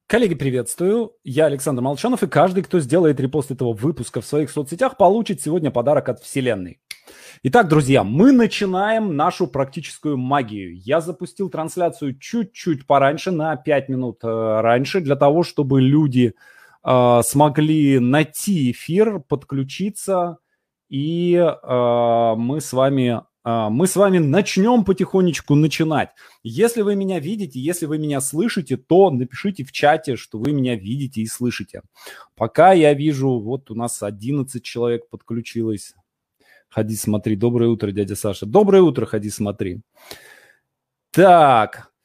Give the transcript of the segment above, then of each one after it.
Коллеги, приветствую. Я Александр Молчанов, и каждый, кто сделает репост этого выпуска в своих соцсетях, получит сегодня подарок от Вселенной. Итак, друзья, мы начинаем нашу практическую магию. Я запустил трансляцию чуть-чуть пораньше, на 5 минут раньше, для того, чтобы люди смогли найти эфир, подключиться, и мы с вами начнем потихонечку начинать. Если вы меня видите, если вы меня слышите, то напишите в чате, что вы меня видите и слышите. Пока я вижу, вот у нас 11 человек подключилось. Ходи, смотри. Доброе утро, дядя Саша. Доброе утро, ходи, смотри. Так.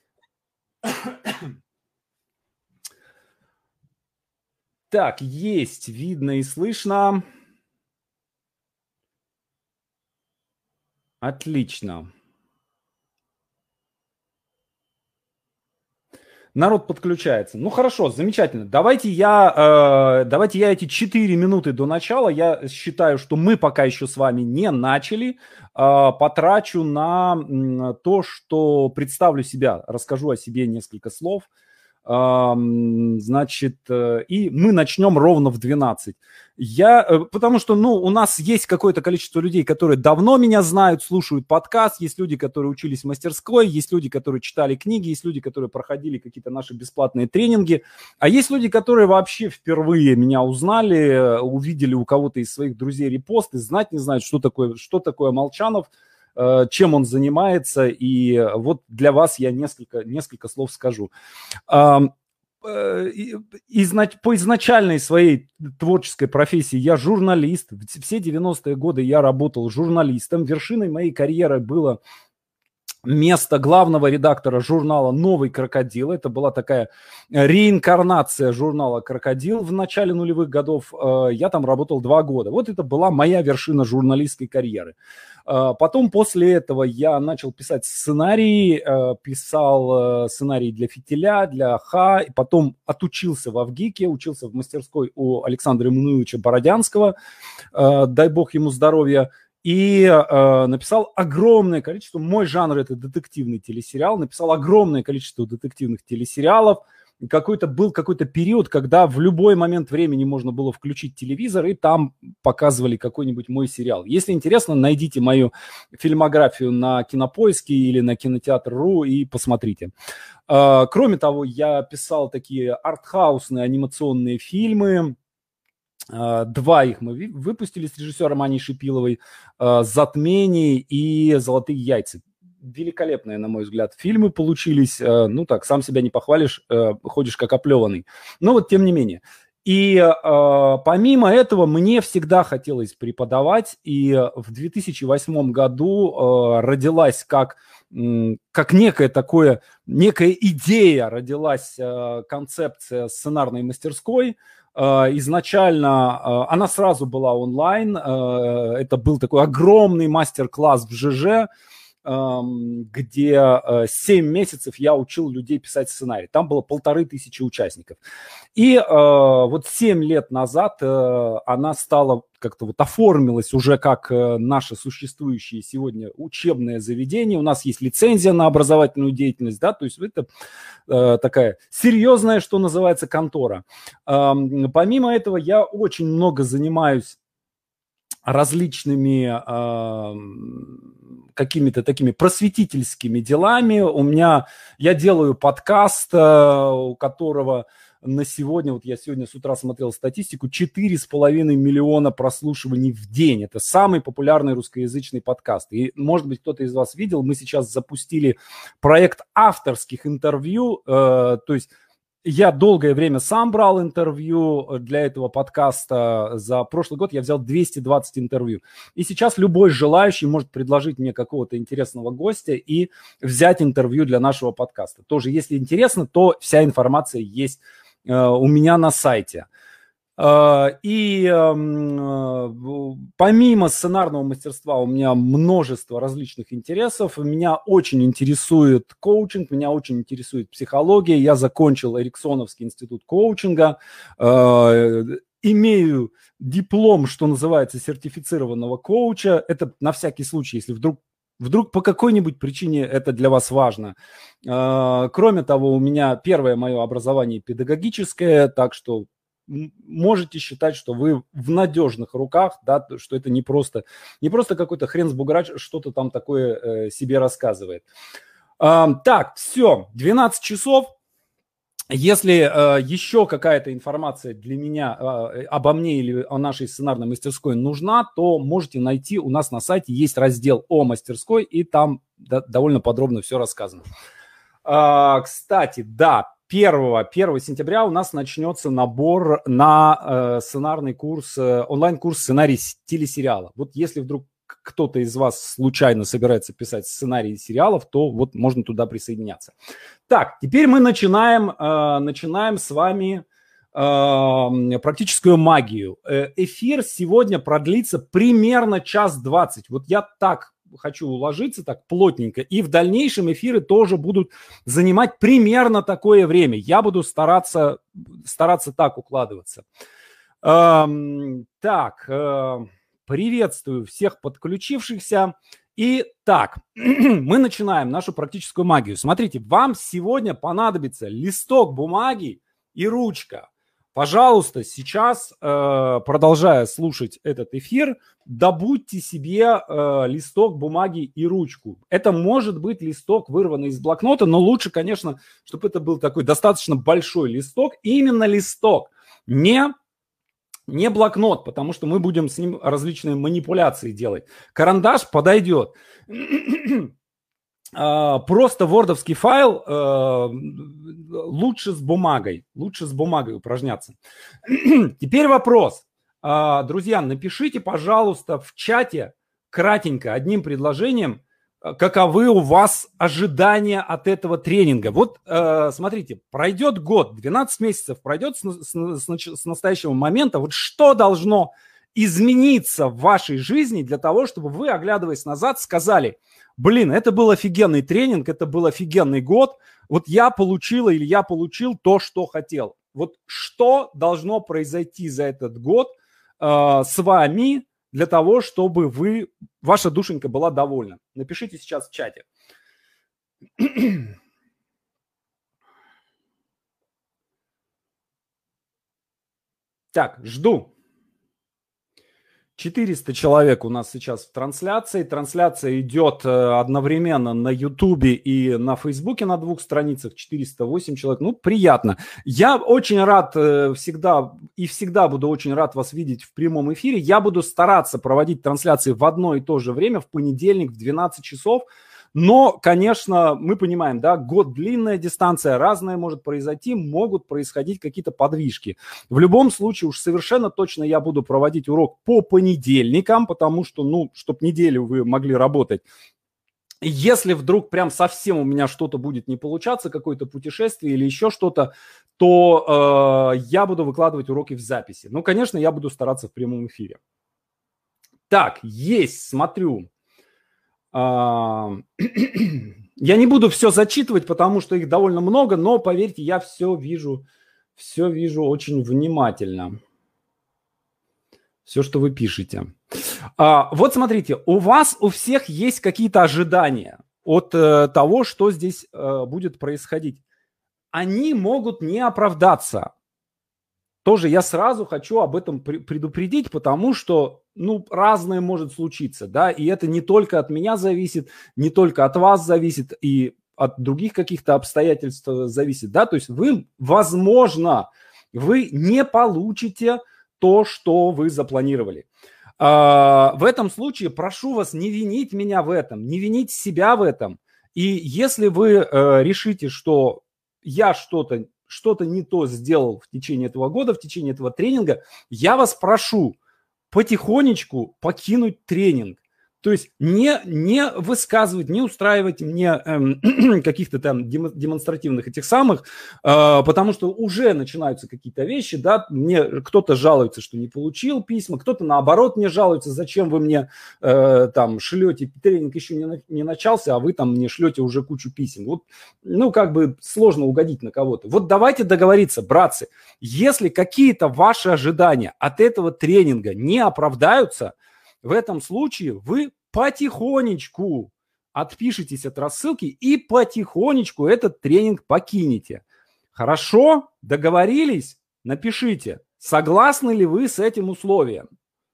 Так, есть, видно и слышно. Отлично. Народ подключается. Ну хорошо, замечательно. Давайте я эти 4 минуты до начала, я считаю, что мы пока еще с вами не начали, потрачу на то, что представлю себя, расскажу о себе несколько слов. Значит, и мы начнем ровно в 12. Потому что, у нас есть какое-то количество людей, которые давно меня знают, слушают подкаст, есть люди, которые учились в мастерской, есть люди, которые читали книги, есть люди, которые проходили какие-то наши бесплатные тренинги, а есть люди, которые вообще впервые меня узнали, увидели у кого-то из своих друзей репост и знать не знают, что такое Молчанов, чем он занимается, и вот для вас я несколько слов скажу. По изначальной своей творческой профессии я журналист. Все 90-е годы я работал журналистом. Вершиной моей карьеры было место главного редактора журнала «Новый крокодил». Это была такая реинкарнация журнала «Крокодил» в начале нулевых годов. Я там работал 2 года. Вот это была моя вершина журналистской карьеры. Потом после этого я начал писать сценарии, писал сценарии для «Фитиля», для «Ха», и потом отучился в Авгике, учился в мастерской у Александра Эммануиловича Бородянского, дай бог ему здоровья, и написал огромное количество, мой жанр это детективный телесериал, написал огромное количество детективных телесериалов. Был какой-то период, когда в любой момент времени можно было включить телевизор, и там показывали какой-нибудь мой сериал. Если интересно, найдите мою фильмографию на Кинопоиске или на Кинотеатр.ру и посмотрите. Кроме того, я писал такие артхаусные анимационные фильмы. 2 их мы выпустили с режиссером Аней Шипиловой, «Затмение» и «Золотые яйца». Великолепные, на мой взгляд, фильмы получились. Сам себя не похвалишь, ходишь как оплеванный. Но вот тем не менее. И помимо этого мне всегда хотелось преподавать. И в 2008 году родилась как некая идея, родилась концепция сценарной мастерской. Изначально она сразу была онлайн. Это был такой огромный мастер-класс в ЖЖ, где 7 месяцев я учил людей писать сценарий. Там было 1500 участников. И вот 7 лет назад она стала как-то оформилась уже как наше существующее сегодня учебное заведение. У нас есть лицензия на образовательную деятельность, да, то есть это такая серьезная, что называется, контора. Помимо этого я очень много занимаюсь различными какими-то такими просветительскими делами. Я делаю подкаст, у которого на сегодня, я сегодня с утра смотрел статистику, 4,5 миллиона прослушиваний в день. Это самый популярный русскоязычный подкаст. И, может быть, кто-то из вас видел, мы сейчас запустили проект авторских интервью, то есть я долгое время сам брал интервью для этого подкаста. За прошлый год я взял 220 интервью. И сейчас любой желающий может предложить мне какого-то интересного гостя и взять интервью для нашего подкаста. Тоже, если интересно, то вся информация есть у меня на сайте. И помимо сценарного мастерства у меня множество различных интересов. Меня очень интересует коучинг, меня очень интересует психология. Я закончил Эриксоновский институт коучинга. Имею диплом, что называется, сертифицированного коуча. Это на всякий случай, если вдруг Вдруг по какой-нибудь причине это для вас важно. Кроме того, у меня первое мое образование педагогическое, так что можете считать, что вы в надежных руках, да, что это не просто какой-то хрен с буграч что-то там такое себе рассказывает. Так, все, 12 часов. Если еще какая-то информация для меня обо мне или о нашей сценарной мастерской нужна, то можете найти у нас на сайте, есть раздел о мастерской, и там довольно подробно все рассказано. Кстати, да, 1 сентября у нас начнется набор на сценарный курс, онлайн-курс сценарий телесериала. Вот если вдруг кто-то из вас случайно собирается писать сценарии сериалов, то вот можно туда присоединяться. Так, теперь мы начинаем с вами практическую магию. Эфир сегодня продлится примерно 1:20. Вот я так хочу уложиться, так плотненько. И в дальнейшем эфиры тоже будут занимать примерно такое время. Я буду стараться так укладываться. Приветствую всех подключившихся. Итак, мы начинаем нашу практическую магию. Смотрите, вам сегодня понадобится листок бумаги и ручка. Пожалуйста, сейчас, продолжая слушать этот эфир, добудьте себе листок бумаги и ручку. Это может быть листок, вырванный из блокнота, но лучше, конечно, чтобы это был такой достаточно большой листок. Именно листок, не блокнот, потому что мы будем с ним различные манипуляции делать. Карандаш подойдет. Просто вордовский файл лучше с бумагой упражняться. Теперь вопрос. Друзья, напишите, пожалуйста, в чате кратенько, одним предложением, каковы у вас ожидания от этого тренинга. Вот смотрите, пройдет год, 12 месяцев пройдет с настоящего момента. Вот что должно измениться в вашей жизни для того, чтобы вы, оглядываясь назад, сказали: блин, это был офигенный тренинг, это был офигенный год, вот я получил то, что хотел. Вот что должно произойти за этот год с вами, для того, чтобы ваша душенька была довольна. Напишите сейчас в чате. Так, жду. 400 человек у нас сейчас в трансляции. Трансляция идет одновременно на Ютубе и на Фейсбуке на 2 страницах. 408 человек. Ну, приятно. Я очень рад всегда буду очень рад вас видеть в прямом эфире. Я буду стараться проводить трансляции в одно и то же время, в понедельник в 12 часов. Но, конечно, мы понимаем, да, год длинная дистанция, разное может произойти, могут происходить какие-то подвижки. В любом случае, уж совершенно точно я буду проводить урок по понедельникам, потому что, чтобы неделю вы могли работать. Если вдруг прям совсем у меня что-то будет не получаться, какое-то путешествие или еще что-то, то я буду выкладывать уроки в записи. Ну, конечно, я буду стараться в прямом эфире. Так, смотрю. Я не буду все зачитывать, потому что их довольно много, но, поверьте, я все вижу очень внимательно. Все, что вы пишете. Вот смотрите, у всех есть какие-то ожидания от того, что здесь будет происходить. Они могут не оправдаться. Тоже я сразу хочу об этом предупредить, потому что, разное может случиться, да, и это не только от меня зависит, не только от вас зависит, и от других каких-то обстоятельств зависит, да, то есть возможно, вы не получите то, что вы запланировали. В этом случае прошу вас не винить меня в этом, не винить себя в этом, и если вы решите, что я что-то не то сделал в течение этого года, в течение этого тренинга, я вас прошу потихонечку покинуть тренинг. То есть не высказывать, не устраивать мне каких-то там демонстративных этих самых, потому что уже начинаются какие-то вещи, да, мне кто-то жалуется, что не получил письма, кто-то наоборот мне жалуется, зачем вы мне там шлете, тренинг еще не начался, а вы там мне шлете уже кучу писем. Вот, сложно угодить на кого-то. Вот давайте договориться, братцы, если какие-то ваши ожидания от этого тренинга не оправдаются, в этом случае вы потихонечку отпишитесь от рассылки и потихонечку этот тренинг покинете. Хорошо? Договорились? Напишите, согласны ли вы с этим условием.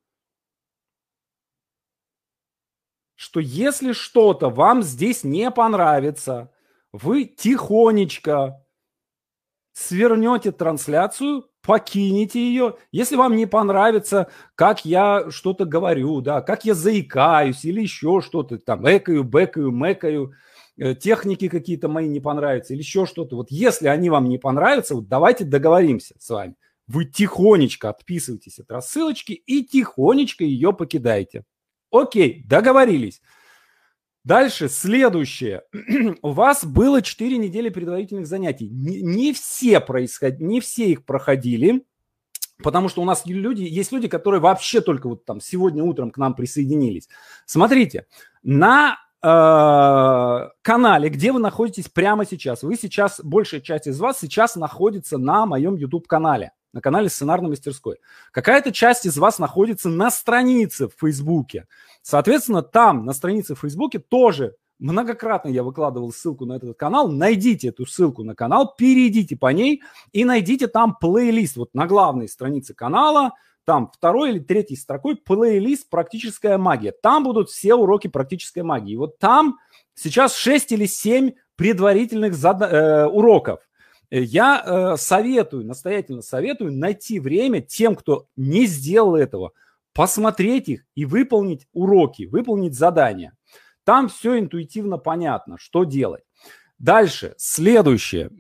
Что если что-то вам здесь не понравится, вы тихонечко свернете трансляцию, покинете ее. Если вам не понравится, как я что-то говорю, да, как я заикаюсь или еще что-то, там, экаю, бэкаю, мэкаю, техники какие-то мои не понравятся или еще что-то. Вот если они вам не понравятся, вот давайте договоримся с вами. Вы тихонечко отписываетесь от рассылочки и тихонечко ее покидаете. Окей, договорились. Дальше, следующее. У вас было 4 недели предварительных занятий. Не все их проходили, потому что у нас есть люди, которые вообще только вот там сегодня утром к нам присоединились. Смотрите, на канале, где вы находитесь прямо сейчас, большая часть из вас сейчас находится на моем YouTube-канале, на канале «Сценарной мастерской». Какая-то часть из вас находится на странице в Фейсбуке. Соответственно, там, на странице в Фейсбуке, тоже многократно я выкладывал ссылку на этот канал. Найдите эту ссылку на канал, перейдите по ней и найдите там плейлист. Вот на главной странице канала, там второй или третьей строкой плейлист «Практическая магия». Там будут все уроки практической магии. И вот там сейчас 6 или 7 предварительных уроков. Я настоятельно советую найти время тем, кто не сделал этого, посмотреть их и выполнить уроки, выполнить задания. Там все интуитивно понятно, что делать. Дальше, следующее.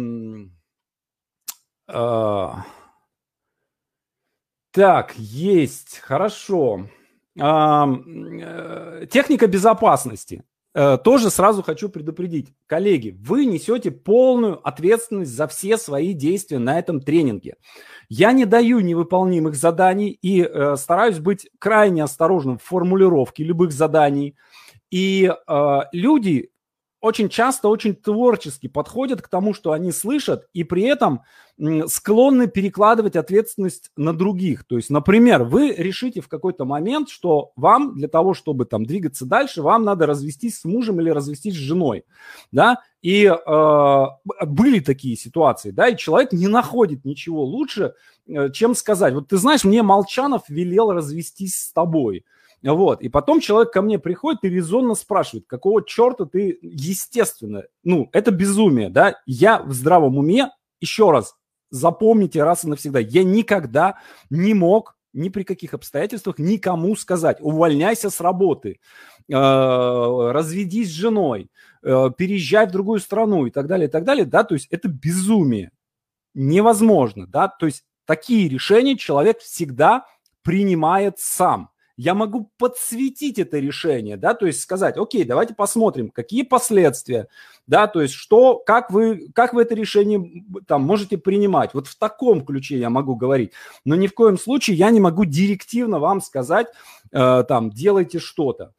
Так, есть, хорошо. Техника безопасности. Тоже сразу хочу предупредить. Коллеги, вы несете полную ответственность за все свои действия на этом тренинге. Я не даю невыполнимых заданий и стараюсь быть крайне осторожным в формулировке любых заданий. И люди очень часто очень творчески подходят к тому, что они слышат, и при этом склонны перекладывать ответственность на других. То есть, например, вы решите в какой-то момент, что вам для того, чтобы там двигаться дальше, вам надо развестись с мужем или развестись с женой, да, и были такие ситуации, да, и человек не находит ничего лучше, чем сказать, вот ты знаешь, мне Молчанов велел развестись с тобой. Вот, и потом человек ко мне приходит и резонно спрашивает, какого черта ты, естественно, это безумие, да, я в здравом уме, еще раз, запомните раз и навсегда, я никогда не мог ни при каких обстоятельствах никому сказать, увольняйся с работы, разведись с женой, переезжай в другую страну и так далее, да, то есть это безумие, невозможно, да, то есть такие решения человек всегда принимает сам. Я могу подсветить это решение, да, то есть сказать, окей, давайте посмотрим, какие последствия, да, то есть как вы это решение там можете принимать. Вот в таком ключе я могу говорить, но ни в коем случае я не могу директивно вам сказать, там, делайте что-то.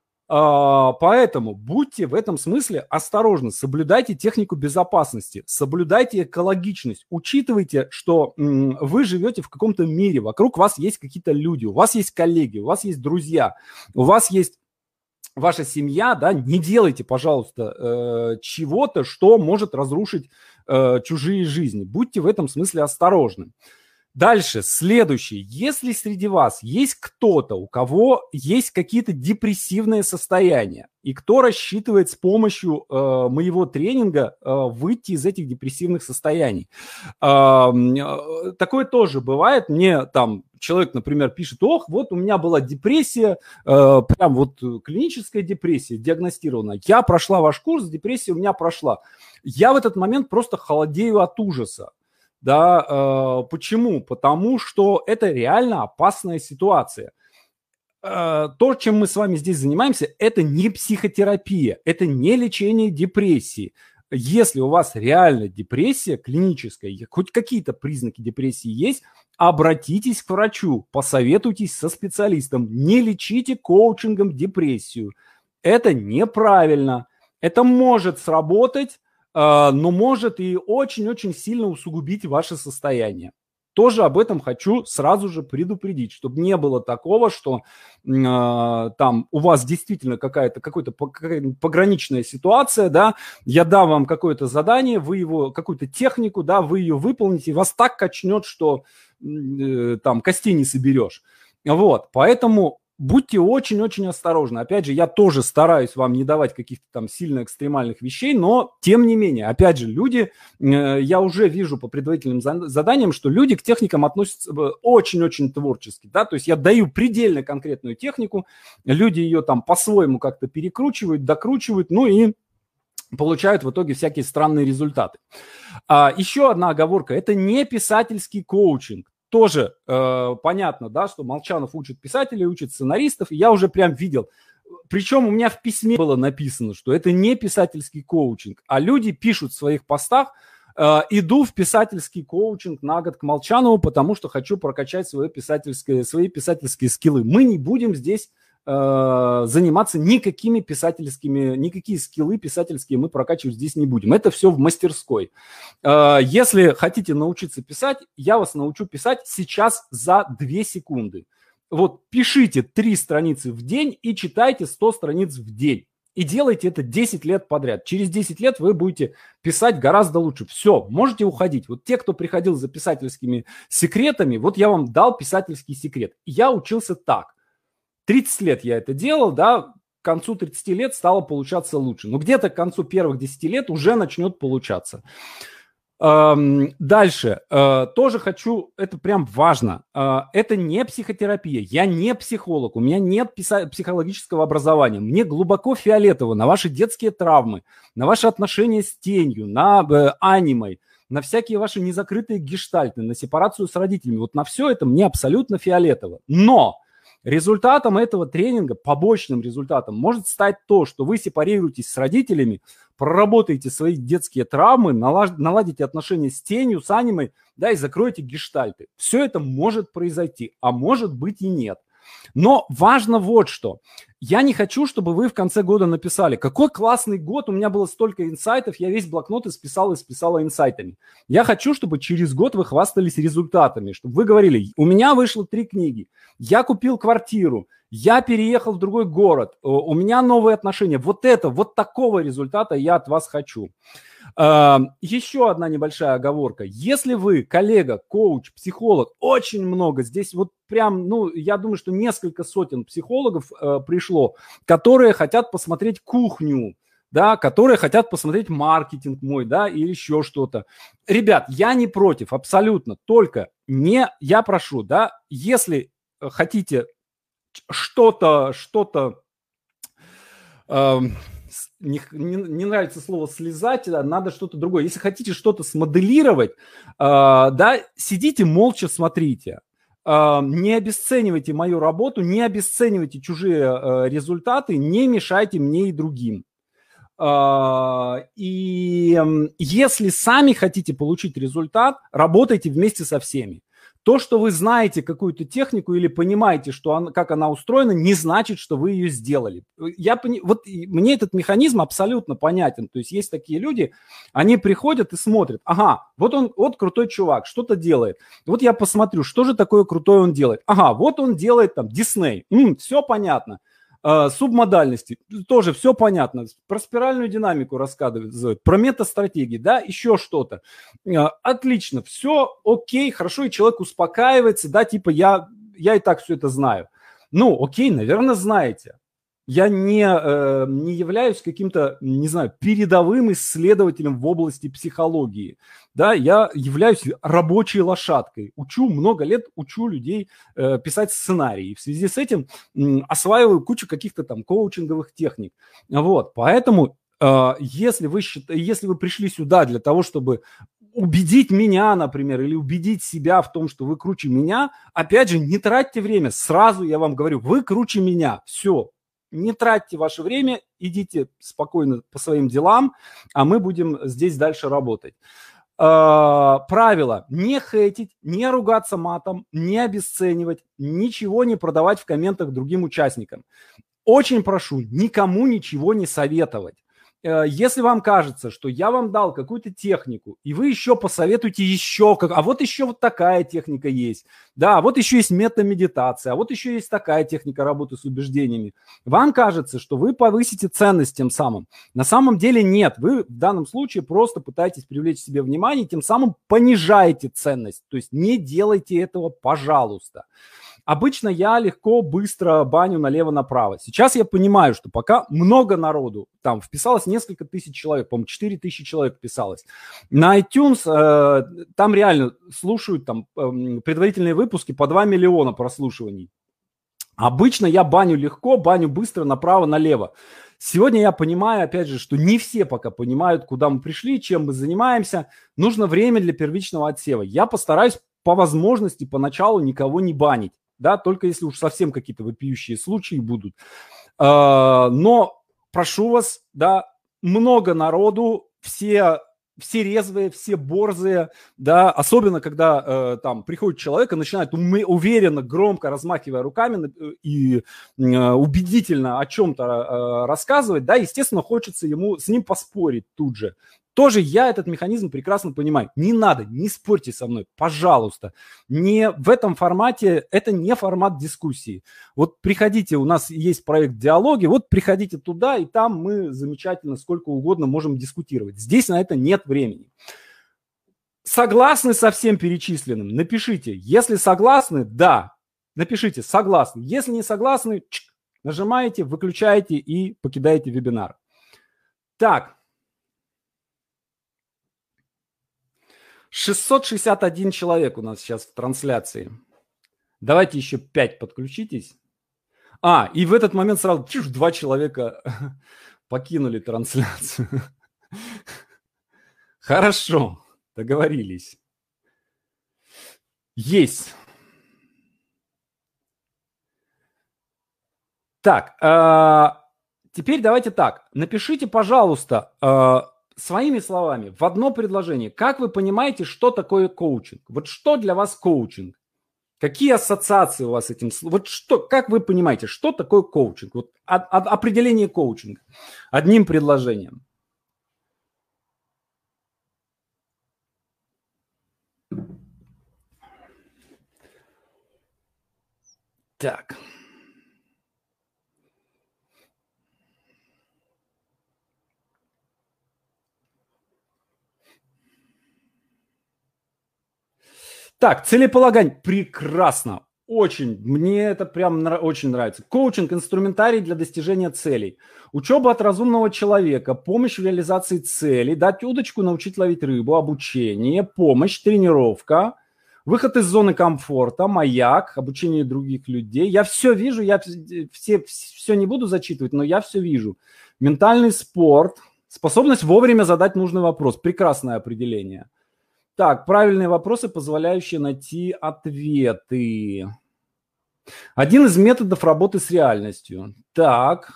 Поэтому будьте в этом смысле осторожны, соблюдайте технику безопасности, соблюдайте экологичность, учитывайте, что вы живете в каком-то мире, вокруг вас есть какие-то люди, у вас есть коллеги, у вас есть друзья, у вас есть ваша семья, да, не делайте, пожалуйста, чего-то, что может разрушить чужие жизни. Будьте в этом смысле осторожны. Дальше, следующий. Если среди вас есть кто-то, у кого есть какие-то депрессивные состояния, и кто рассчитывает с помощью моего тренинга выйти из этих депрессивных состояний. Такое тоже бывает. Мне там человек, например, пишет, вот у меня была депрессия, прям вот клиническая депрессия диагностирована. Я прошла ваш курс, депрессия у меня прошла. Я в этот момент просто холодею от ужаса. Да, почему? Потому что это реально опасная ситуация. То, чем мы с вами здесь занимаемся, это не психотерапия, это не лечение депрессии. Если у вас реально депрессия клиническая, хоть какие-то признаки депрессии есть, обратитесь к врачу, посоветуйтесь со специалистом, не лечите коучингом депрессию. Это неправильно. Это может сработать, но может и очень-очень сильно усугубить ваше состояние. Тоже об этом хочу сразу же предупредить, чтобы не было такого, что там у вас действительно какая-то пограничная ситуация, да, я дам вам какое-то задание, вы его, какую-то технику, да, вы ее выполните, и вас так качнет, что там костей не соберешь. Вот, поэтому будьте очень-очень осторожны. Опять же, я тоже стараюсь вам не давать каких-то там сильно экстремальных вещей, но тем не менее, опять же, люди, я уже вижу по предварительным заданиям, что люди к техникам относятся очень-очень творчески, да, то есть я даю предельно конкретную технику, люди ее там по-своему как-то перекручивают, докручивают, ну и получают в итоге всякие странные результаты. Еще одна оговорка, это не писательский коучинг. Тоже понятно, да, что Молчанов учит писателей, учит сценаристов, и я уже прям видел. Причем у меня в письме было написано, что это не писательский коучинг, а люди пишут в своих постах: иду в писательский коучинг на год к Молчанову, потому что хочу прокачать свои писательские скиллы. Мы не будем здесь заниматься никакие скиллы писательские мы прокачивать здесь не будем. Это все в мастерской. Если хотите научиться писать, я вас научу писать сейчас за 2 секунды. Вот пишите 3 страницы в день и читайте 100 страниц в день. И делайте это 10 лет подряд. Через 10 лет вы будете писать гораздо лучше. Все, можете уходить. Вот те, кто приходил за писательскими секретами, вот я вам дал писательский секрет. Я учился так. 30 лет я это делал, да, к концу 30 лет стало получаться лучше. Но где-то к концу первых 10 лет уже начнет получаться. Дальше. Тоже хочу, это прям важно. Это не психотерапия. Я не психолог, у меня нет психологического образования. Мне глубоко фиолетово на ваши детские травмы, на ваши отношения с тенью, на аниме, на всякие ваши незакрытые гештальты, на сепарацию с родителями. Вот на все это мне абсолютно фиолетово. Но результатом этого тренинга, побочным результатом, может стать то, что вы сепарируетесь с родителями, проработаете свои детские травмы, наладите отношения с тенью, с аниме, да, и закроете гештальты. Все это может произойти, а может быть и нет. Но важно вот что. Я не хочу, чтобы вы в конце года написали: какой классный год, у меня было столько инсайтов, я весь блокнот исписала инсайтами. Я хочу, чтобы через год вы хвастались результатами, чтобы вы говорили: у меня вышло 3 книги, я купил квартиру, я переехал в другой город, у меня новые отношения. Вот такого результата я от вас хочу. Еще одна небольшая оговорка. Если вы коллега, коуч, психолог, очень много, здесь вот прям, я думаю, что несколько сотен психологов пришло, которые хотят посмотреть кухню, да, которые хотят посмотреть маркетинг мой, да, или еще что-то. Ребят, я не против, абсолютно, только я прошу, да, если хотите что-то, не нравится слово слезать, надо что-то другое. Если хотите что-то смоделировать, да, сидите молча, смотрите. Не обесценивайте мою работу, не обесценивайте чужие результаты, не мешайте мне и другим. И если сами хотите получить результат, работайте вместе со всеми. То, что вы знаете какую-то технику или понимаете, как она устроена, не значит, что вы ее сделали. Мне этот механизм абсолютно понятен. То есть такие люди, они приходят и смотрят: ага, вот крутой чувак, что-то делает. Вот я посмотрю, что же такое крутое он делает. Ага, вот он делает там Дисней. Все понятно. Субмодальности, тоже все понятно. Про спиральную динамику рассказывают, про метастратегии, да, еще что-то. Отлично, все окей, хорошо, и человек успокаивается, да, типа я и так все это знаю. Окей, наверное, знаете. Я не являюсь каким-то, не знаю, передовым исследователем в области психологии. Да, я являюсь рабочей лошадкой. Много лет учу людей писать сценарии. И в связи с этим осваиваю кучу каких-то там коучинговых техник. Вот, поэтому если вы пришли сюда для того, чтобы убедить меня, например, или убедить себя в том, что вы круче меня, опять же, не тратьте время. Сразу я вам говорю, вы круче меня. Все. Не тратьте ваше время, идите спокойно по своим делам, а мы будем здесь дальше работать. Правило: не хейтить, не ругаться матом, не обесценивать, ничего не продавать в комментах другим участникам. Очень прошу никому ничего не советовать. если вам кажется, что я вам дал какую-то технику, и вы еще посоветуете еще, а вот еще вот такая техника есть, да, вот еще есть метамедитация, а вот еще есть такая техника работы с убеждениями, вам кажется, что вы повысите ценность тем самым. На самом деле нет, вы в данном случае просто пытаетесь привлечь себе внимание, тем самым понижаете ценность, то есть не делайте этого, пожалуйста. Обычно я легко, быстро баню налево-направо. Сейчас я понимаю, что пока много народу, там вписалось несколько тысяч человек, по-моему, 4 тысячи человек вписалось. На iTunes там реально слушают там, предварительные выпуски по 2 миллиона прослушиваний. Обычно я баню легко, баню быстро, направо-налево. Сегодня я понимаю, опять же, что не все пока понимают, куда мы пришли, чем мы занимаемся. Нужно время для первичного отсева. Я постараюсь по возможности поначалу никого не банить. Да, только если уж совсем какие-то вопиющие случаи будут. Но прошу вас, да, много народу, все резвые, все борзые, да, особенно когда там приходит человек и начинает уверенно, громко, размахивая руками и убедительно о чем-то рассказывать, да, естественно, хочется ему с ним поспорить тут же. Тоже я этот механизм прекрасно понимаю. Не надо, не спорьте со мной, пожалуйста. Не в этом формате, это не формат дискуссии. Вот приходите, у нас есть проект «Диалоги», вот приходите туда, и там мы замечательно сколько угодно можем дискутировать. Здесь на это нет времени. Согласны со всем перечисленным? Напишите. Если согласны, да. Напишите «согласны». Если не согласны, нажимаете, выключаете и покидаете вебинар. Так. 661 человек у нас сейчас в трансляции. Давайте еще 5 подключитесь. И в этот момент сразу 2 человека покинули трансляцию. Хорошо, договорились. Есть. Так, теперь давайте так. Напишите, пожалуйста, своими словами, в одно предложение, как вы понимаете, что такое коучинг? Вот что для вас коучинг? Какие ассоциации у вас с этим? Вот что, как вы понимаете, что такое коучинг? Вот определение коучинга одним предложением. Так. Так, целеполагание. Прекрасно. Очень. Мне это прям очень нравится. Коучинг – инструментарий для достижения целей. Учеба от разумного человека, помощь в реализации целей, дать удочку, научить ловить рыбу, обучение, помощь, тренировка, выход из зоны комфорта, маяк, обучение других людей. Я все вижу, я все не буду зачитывать, но я все вижу. Ментальный спорт, способность вовремя задать нужный вопрос. Прекрасное определение. Так, правильные вопросы, позволяющие найти ответы. Один из методов работы с реальностью. Так.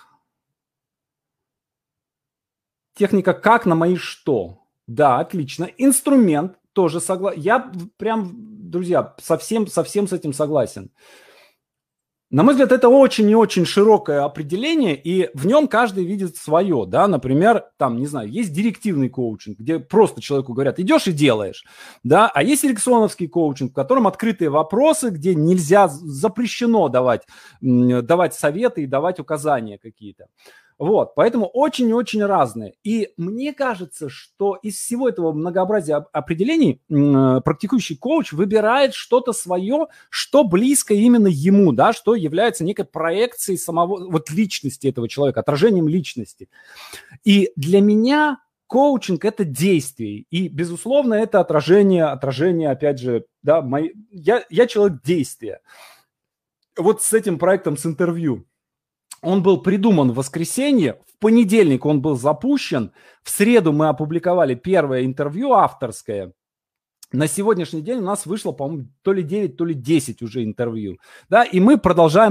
Техника «как» на мои «что». Да, отлично. Инструмент тоже согласен. Я прям, друзья, совсем с этим согласен. На мой взгляд, это очень и очень широкое определение, и в нем каждый видит свое, да, например, там, не знаю, есть директивный коучинг, где просто человеку говорят, идешь и делаешь, да, а есть эриксоновский коучинг, в котором открытые вопросы, где нельзя, запрещено давать советы и давать указания какие-то. Вот, поэтому очень и очень разные. И мне кажется, что из всего этого многообразия определений практикующий коуч выбирает что-то свое, что близко именно ему, да, что является некой проекцией самого, вот личности этого человека, отражением личности. И для меня коучинг – это действие. И, безусловно, это отражение, опять же, да, я человек действия. Вот с этим проектом, с интервью. Он был придуман в воскресенье, в понедельник он был запущен, в среду мы опубликовали первое интервью авторское. На сегодняшний день у нас вышло, по-моему, то ли 9, то ли 10 уже интервью. Да, и мы продолжаем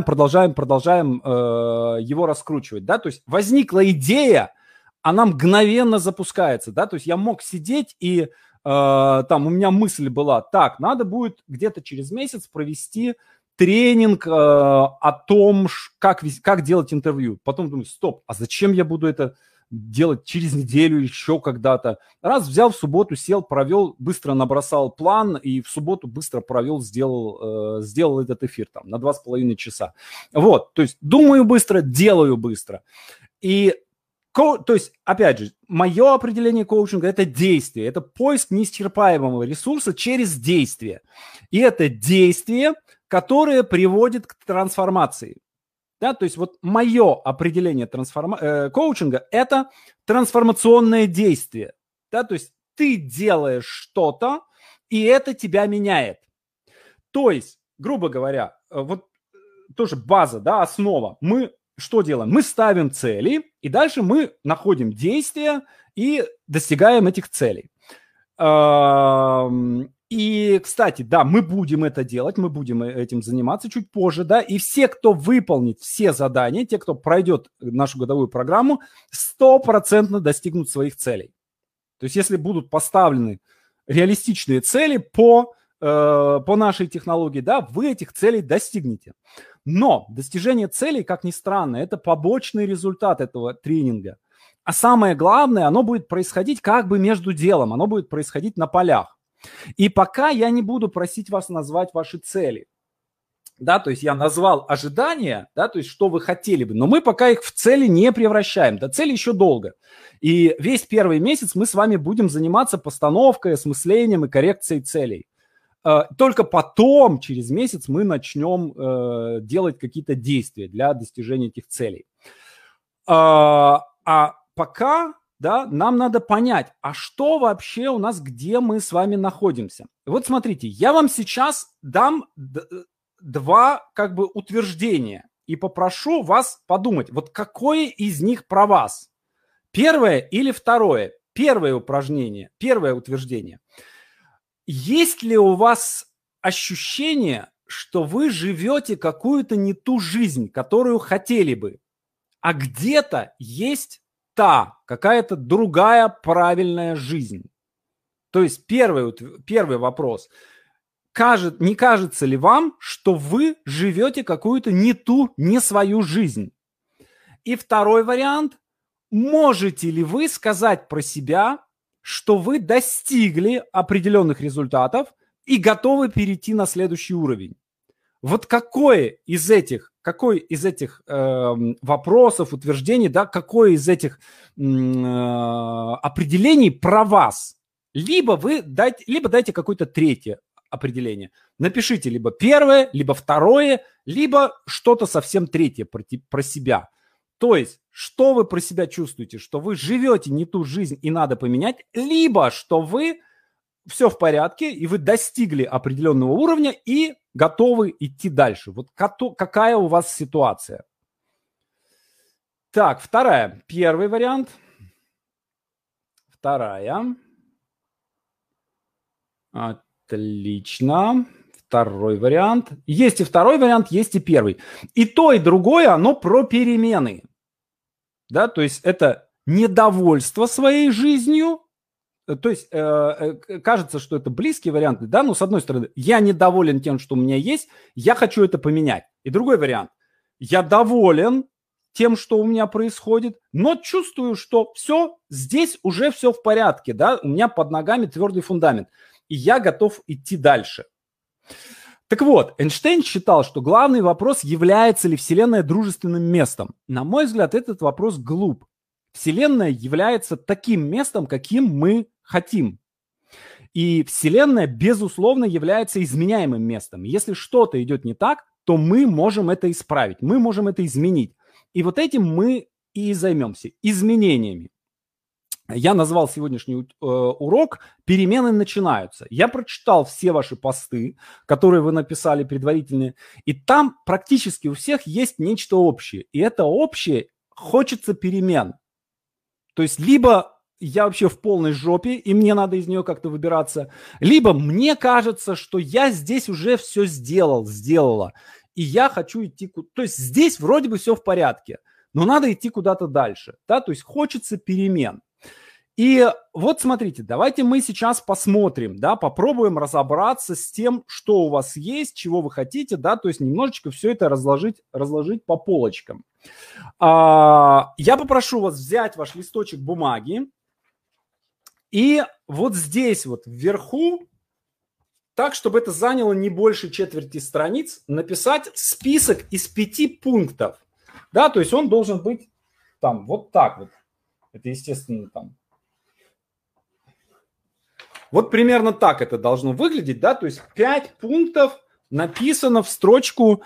его раскручивать. Да? То есть возникла идея, она мгновенно запускается. Да? То есть я мог сидеть и там у меня мысль была, так, надо будет где-то через месяц провести тренинг о том, как делать интервью. Потом думаю, стоп, а зачем я буду это делать через неделю, еще когда-то. Раз взял в субботу, сел, провел, быстро набросал план и в субботу быстро провел, сделал этот эфир там на 2,5 часа. Вот, то есть думаю быстро, делаю быстро. И то есть, опять же, мое определение коучинга – это действие, это поиск неисчерпаемого ресурса через действие. И это действие, которое приводит к трансформации. Да, то есть вот мое определение коучинга – это трансформационное действие. Да, то есть ты делаешь что-то, и это тебя меняет. То есть, грубо говоря, вот тоже база, да, основа. Мы что делаем? Мы ставим цели, и дальше мы находим действия и достигаем этих целей. И, кстати, да, мы будем это делать, мы будем этим заниматься чуть позже, да, и все, кто выполнит все задания, те, кто пройдет нашу годовую программу, 100% достигнут своих целей. То есть, если будут поставлены реалистичные цели по нашей технологии, да, вы этих целей достигнете. Но достижение целей, как ни странно, это побочный результат этого тренинга. А самое главное, оно будет происходить как бы между делом, оно будет происходить на полях. И пока я не буду просить вас назвать ваши цели. Да, то есть я назвал ожидания, да, то есть что вы хотели бы, но мы пока их в цели не превращаем. До цели еще долго. И весь первый месяц мы с вами будем заниматься постановкой, осмыслением и коррекцией целей. Только потом, через месяц, мы начнем делать какие-то действия для достижения этих целей. А пока, да, нам надо понять, а что вообще у нас, где мы с вами находимся. Вот смотрите, я вам сейчас дам два как бы утверждения и попрошу вас подумать, вот какое из них про вас? Первое или второе? Первое упражнение, первое утверждение. Есть ли у вас ощущение, что вы живете какую-то не ту жизнь, которую хотели бы, а где-то есть та, какая-то другая правильная жизнь? То есть первый вопрос. Не кажется ли вам, что вы живете какую-то не ту, не свою жизнь? И второй вариант. Можете ли вы сказать про себя, что вы достигли определенных результатов и готовы перейти на следующий уровень? Вот какой из этих вопросов, утверждений, да, какое из этих определений про вас? Либо дайте какое-то третье определение. Напишите либо первое, либо второе, либо что-то совсем третье про себя. То есть, что вы про себя чувствуете, что вы живете не ту жизнь и надо поменять, либо что вы все в порядке, и вы достигли определенного уровня и готовы идти дальше. Вот какая у вас ситуация? Так, вторая. Первый вариант. Вторая. Отлично. Второй вариант. Есть и второй вариант, есть и первый. И то, и другое, оно про перемены. Да, то есть это недовольство своей жизнью. То есть кажется, что это близкие варианты, да, но с одной стороны, я недоволен тем, что у меня есть, я хочу это поменять. И другой вариант. Я доволен тем, что у меня происходит, но чувствую, что все, здесь уже все в порядке, да, у меня под ногами твердый фундамент, и я готов идти дальше. Так вот, Эйнштейн считал, что главный вопрос, является ли Вселенная дружественным местом. На мой взгляд, этот вопрос глуп. Вселенная является таким местом, каким мы хотим. И Вселенная, безусловно, является изменяемым местом. Если что-то идет не так, то мы можем это исправить, мы можем это изменить. И вот этим мы и займемся, изменениями. Я назвал сегодняшний урок «Перемены начинаются». Я прочитал все ваши посты, которые вы написали предварительные, и там практически у всех есть нечто общее. И это общее хочется перемен. То есть либо я вообще в полной жопе, и мне надо из нее как-то выбираться, либо мне кажется, что я здесь уже все сделала, и я хочу идти... То есть здесь вроде бы все в порядке, но надо идти куда-то дальше. Да? То есть хочется перемен. И вот смотрите, давайте мы сейчас посмотрим, да, попробуем разобраться с тем, что у вас есть, чего вы хотите, да, то есть немножечко все это разложить по полочкам. Я попрошу вас взять ваш листочек бумаги и вот здесь вот вверху, так, чтобы это заняло не больше четверти страниц, написать список из 5 пунктов. Да, то есть он должен быть там вот так вот. Это, естественно, там. Вот примерно так это должно выглядеть, да, то есть 5 пунктов написано в строчку,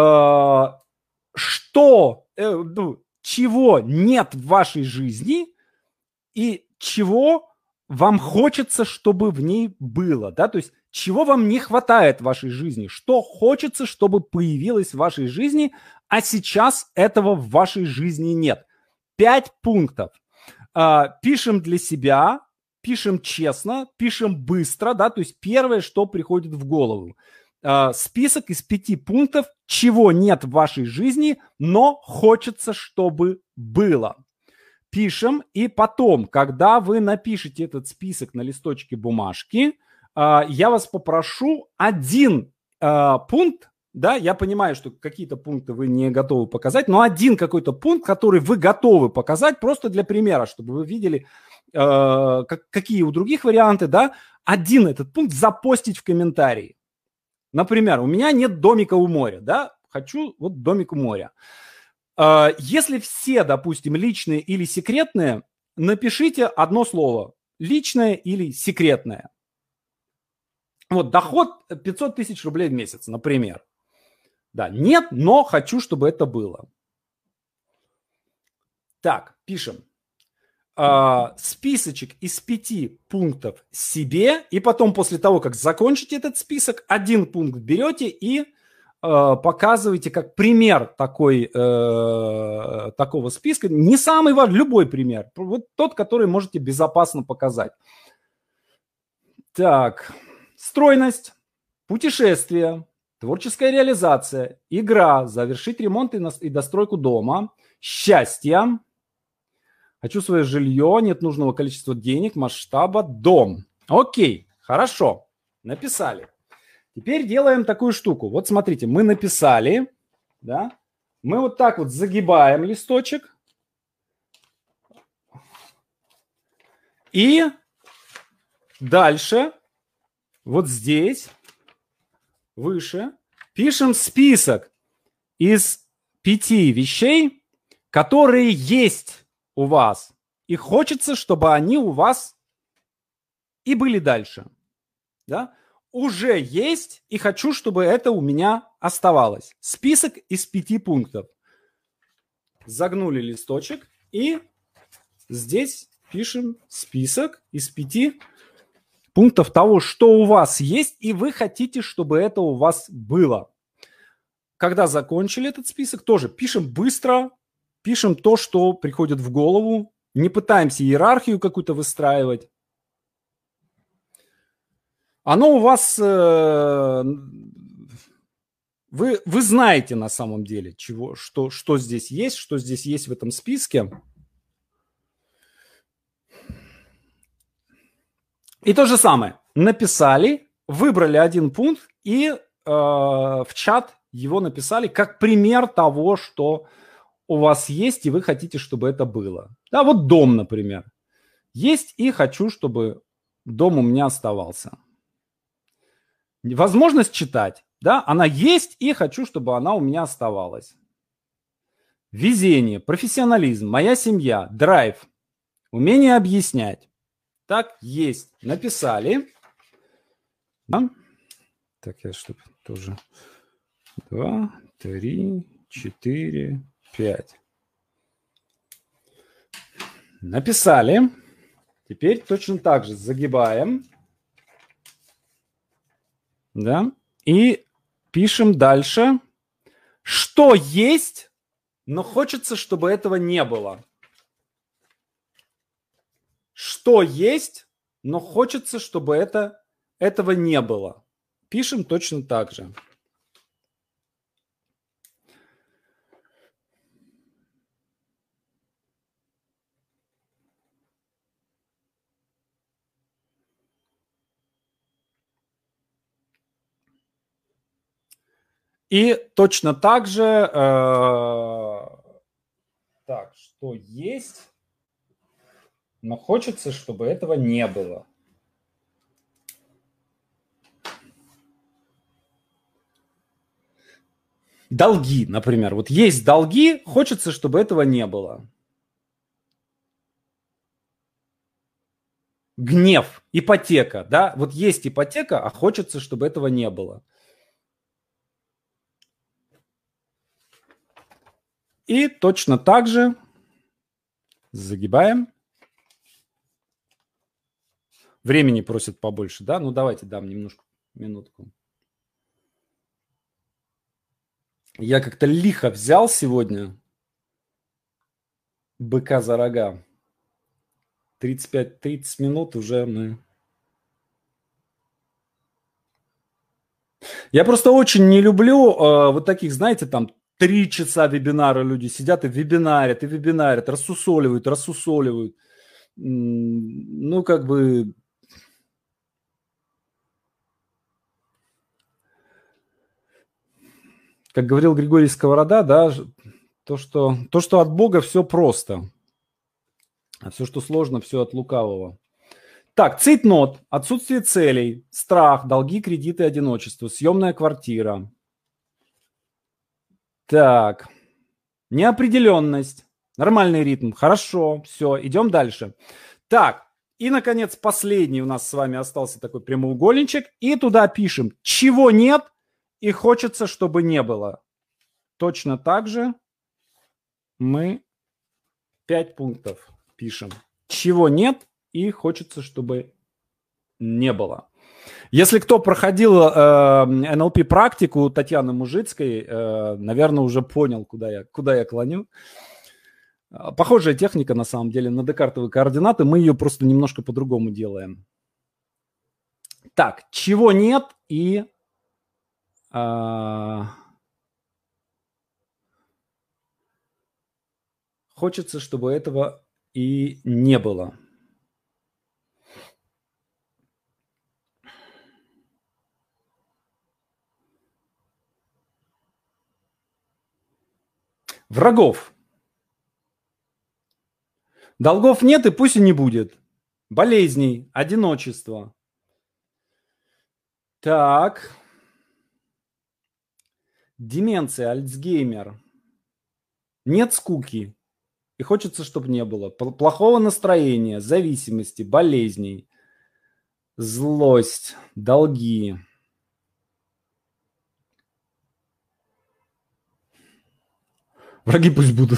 чего нет в вашей жизни и чего вам хочется, чтобы в ней было, да, то есть чего вам не хватает в вашей жизни, что хочется, чтобы появилось в вашей жизни, а сейчас этого в вашей жизни нет. 5 пунктов. Пишем для себя, пишем честно, пишем быстро, да, то есть первое, что приходит в голову. Список из 5 пунктов, чего нет в вашей жизни, но хочется, чтобы было. Пишем, и потом, когда вы напишете этот список на листочке бумажки, я вас попрошу один пункт, да, я понимаю, что какие-то пункты вы не готовы показать, но один какой-то пункт, который вы готовы показать, просто для примера, чтобы вы видели, какие у других варианты, да, один этот пункт запостить в комментарии. Например, у меня нет домика у моря, да, хочу вот домик у моря. Если все, допустим, личные или секретные, напишите одно слово. Личное или секретное. Вот доход 500 тысяч рублей в месяц, например. Да, нет, но хочу, чтобы это было. Так, пишем. Списочек из 5 пунктов себе, и потом после того, как закончите этот список, один пункт берете и показываете как пример такого списка. Не самый важный, любой пример. Вот тот, который можете безопасно показать. Так, стройность, путешествие, творческая реализация, игра, завершить ремонт и достройку дома, счастье, хочу свое жилье, нет нужного количества денег, масштаба, дом. Окей, хорошо, написали. Теперь делаем такую штуку. Вот смотрите, мы написали, да, мы вот так вот загибаем листочек и дальше вот здесь, выше, пишем список из 5 вещей, которые есть у вас. И хочется, чтобы они у вас и были дальше. Да? Уже есть, и хочу, чтобы это у меня оставалось. Список из 5 пунктов. Загнули листочек и здесь пишем список из 5 пунктов того, что у вас есть, и вы хотите, чтобы это у вас было. Когда закончили этот список, тоже пишем быстро, пишем то, что приходит в голову, не пытаемся иерархию какую-то выстраивать. Оно у вас, вы знаете на самом деле, что здесь есть в этом списке. И то же самое. Написали, выбрали один пункт и в чат его написали как пример того, что у вас есть, и вы хотите, чтобы это было. Да, вот дом, например. Есть и хочу, чтобы дом у меня оставался. Возможность читать. Да, она есть и хочу, чтобы она у меня оставалась. Везение, профессионализм, моя семья, драйв, умение объяснять. Так, есть. Написали. Да? Так, я чтобы тоже. 2, 3, 4, 5. Написали. Теперь точно так же загибаем. Да? И пишем дальше. Что есть, но хочется, чтобы этого не было. Что есть, но хочется, чтобы этого не было. Пишем точно так же. И точно так же Так, что есть, но хочется, чтобы этого не было. Долги, например. Вот есть долги, хочется, чтобы этого не было. Гнев, ипотека, да? Вот есть ипотека, а хочется, чтобы этого не было. И точно так же загибаем. Времени просят побольше, да? Ну, давайте дам немножко, минутку. Я как-то лихо взял сегодня быка за рога. 35-30 минут уже мы... Я просто очень не люблю вот таких, знаете, там 3 часа вебинара люди сидят и вебинарят, рассусоливают. Ну, как бы... Как говорил Григорий Сковорода, да, то, что от Бога, все просто. А все, что сложно, все от лукавого. Так, цейтнот, отсутствие целей, страх, долги, кредиты, одиночество, съемная квартира. Так, неопределенность, нормальный ритм, хорошо, все, идем дальше. Так, и, наконец, последний у нас с вами остался такой прямоугольничек, и туда пишем, чего нет и хочется, чтобы не было. Точно так же мы 5 пунктов пишем. Чего нет и хочется, чтобы не было. Если кто проходил НЛП-практику Татьяны Мужицкой, наверное, уже понял, куда я клоню. Похожая техника, на самом деле, на декартовые координаты. Мы ее просто немножко по-другому делаем. Так, чего нет и... хочется, чтобы этого и не было. Врагов. Долгов нет и пусть и не будет. Болезней, одиночество. Так. Деменция, Альцгеймер. Нет скуки. И хочется, чтобы не было. Плохого настроения, зависимости, болезней. Злость, долги. Враги пусть будут.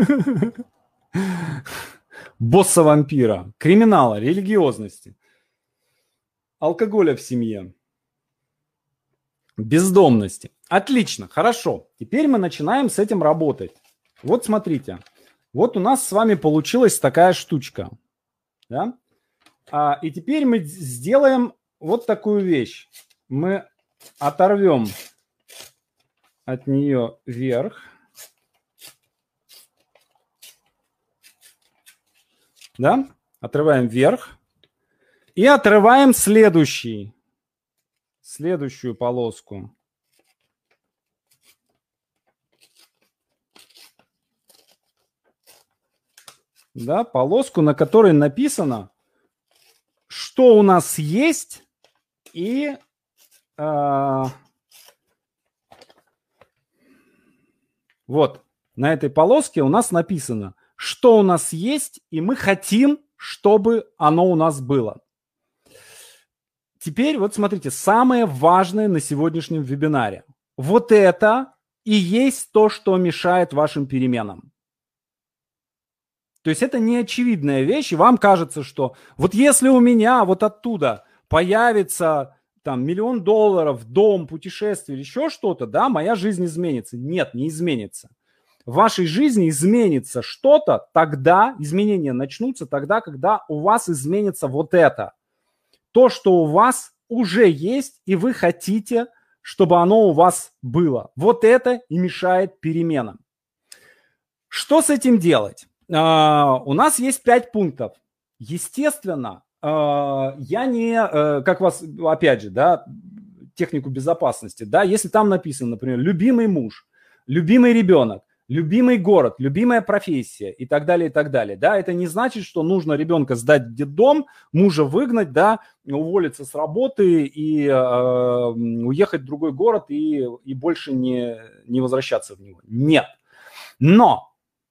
Босса-вампира. Криминала, религиозности. Алкоголя в семье. Бездомности. Отлично, хорошо. Теперь мы начинаем с этим работать. Вот смотрите. Вот у нас с вами получилась такая штучка. Да? И теперь мы сделаем вот такую вещь. Мы оторвем от нее вверх. Да? Отрываем вверх. И отрываем следующую полоску. Да, полоску, на которой написано, что у нас есть, и вот на этой полоске у нас написано, что у нас есть, и мы хотим, чтобы оно у нас было. Теперь вот смотрите, самое важное на сегодняшнем вебинаре. Вот это и есть то, что мешает вашим переменам. То есть это не очевидная вещь, и вам кажется, что вот если у меня вот оттуда появится там $1 миллион, дом, путешествие или еще что-то, да, моя жизнь изменится. Нет, не изменится. В вашей жизни изменится что-то, тогда изменения начнутся тогда, когда у вас изменится вот это. То, что у вас уже есть, и вы хотите, чтобы оно у вас было. Вот это и мешает переменам. Что с этим делать? У нас есть 5 пунктов. Естественно, я не, как вас, опять же, да, технику безопасности, да, если там написано, например, любимый муж, любимый ребенок, любимый город, любимая профессия и так далее, и так далее, да, это не значит, что нужно ребенка сдать в детдом, мужа выгнать, да, уволиться с работы и уехать в другой город и больше не возвращаться в него. Нет. Но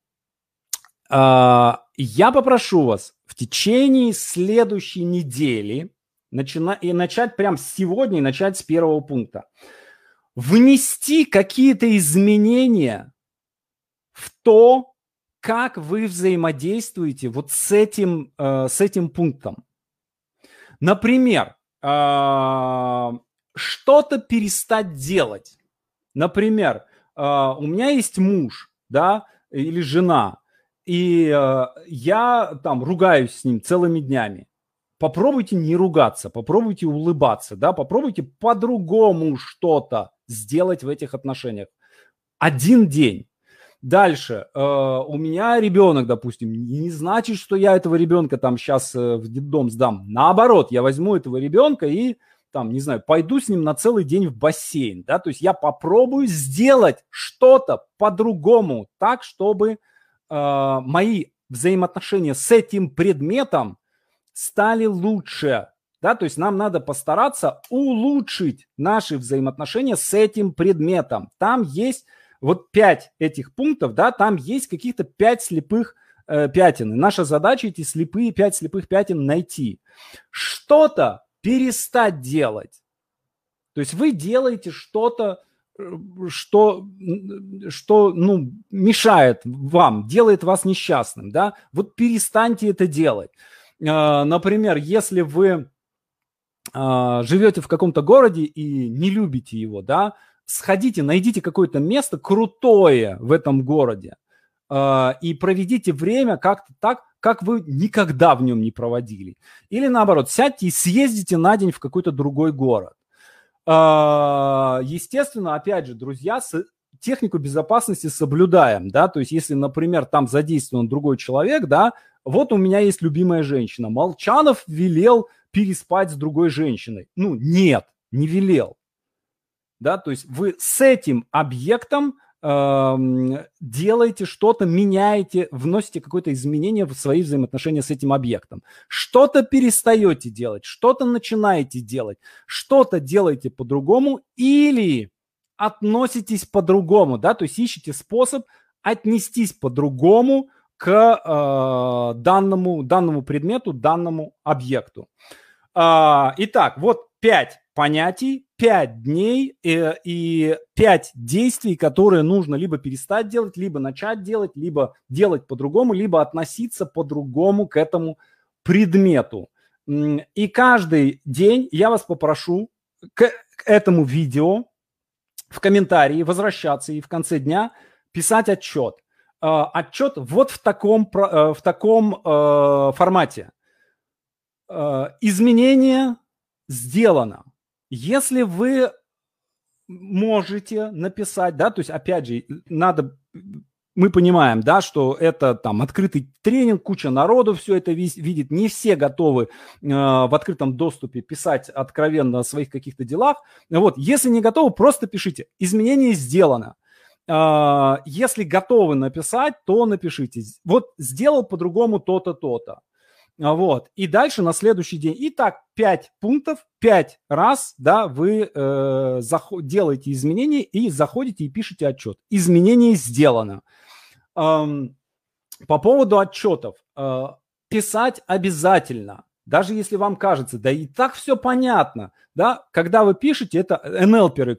я попрошу вас в течение следующей недели начать прямо сегодня и начать с первого пункта. Внести какие-то изменения в то, как вы взаимодействуете вот с этим пунктом. Например, что-то перестать делать. Например, у меня есть муж, да, или жена, и я там ругаюсь с ним целыми днями. Попробуйте не ругаться, попробуйте улыбаться, да, попробуйте по-другому что-то сделать в этих отношениях. Один день. Дальше. У меня ребенок, допустим, не значит, что я этого ребенка там сейчас в детдом сдам. Наоборот, я возьму этого ребенка и там, не знаю, пойду с ним на целый день в бассейн, да, то есть я попробую сделать что-то по-другому, так, чтобы мои взаимоотношения с этим предметом стали лучше, да, то есть нам надо постараться улучшить наши взаимоотношения с этим предметом. Там есть вот 5 этих пунктов, да, там есть каких-то 5 слепых пятен. И наша задача эти 5 слепых пятен найти. Что-то перестать делать. То есть вы делаете что-то, что мешает вам, делает вас несчастным, да, вот перестаньте это делать. Например, если вы живете в каком-то городе и не любите его, да, сходите, найдите какое-то место крутое в этом городе и проведите время как-то так, как вы никогда в нем не проводили. Или наоборот, сядьте и съездите на день в какой-то другой город. Естественно, опять же, друзья, технику безопасности соблюдаем, да, то есть если, например, там задействован другой человек, да, вот у меня есть любимая женщина, Молчанов велел переспать с другой женщиной. Ну, нет, не велел. Да, то есть вы с этим объектом делаете что-то, меняете, вносите какое-то изменение в свои взаимоотношения с этим объектом. Что-то перестаете делать, что-то начинаете делать, что-то делаете по-другому или относитесь по-другому, да, то есть ищите способ отнестись по-другому к данному предмету, данному объекту. Итак, вот 5 понятий, 5 дней и 5 действий, которые нужно либо перестать делать, либо начать делать, либо делать по-другому, либо относиться по-другому к этому предмету. И каждый день я вас попрошу к этому видео в комментарии возвращаться и в конце дня писать отчет. Отчет вот в таком формате. Изменение сделано. Если вы можете написать, да, то есть, опять же, мы понимаем, да, что это там открытый тренинг, куча народу все это видит, не все готовы в открытом доступе писать откровенно о своих каких-то делах. Вот, если не готовы, просто пишите. Изменение сделано. Если готовы написать, то напишите. Вот, сделал по-другому то-то, то-то. Вот. И дальше на следующий день. Итак, 5 пунктов, 5 раз, да, вы делаете изменения и заходите и пишете отчет. Изменение сделано. По поводу отчетов. Писать обязательно. Даже если вам кажется, да и так все понятно, да, когда вы пишете, это НЛперы,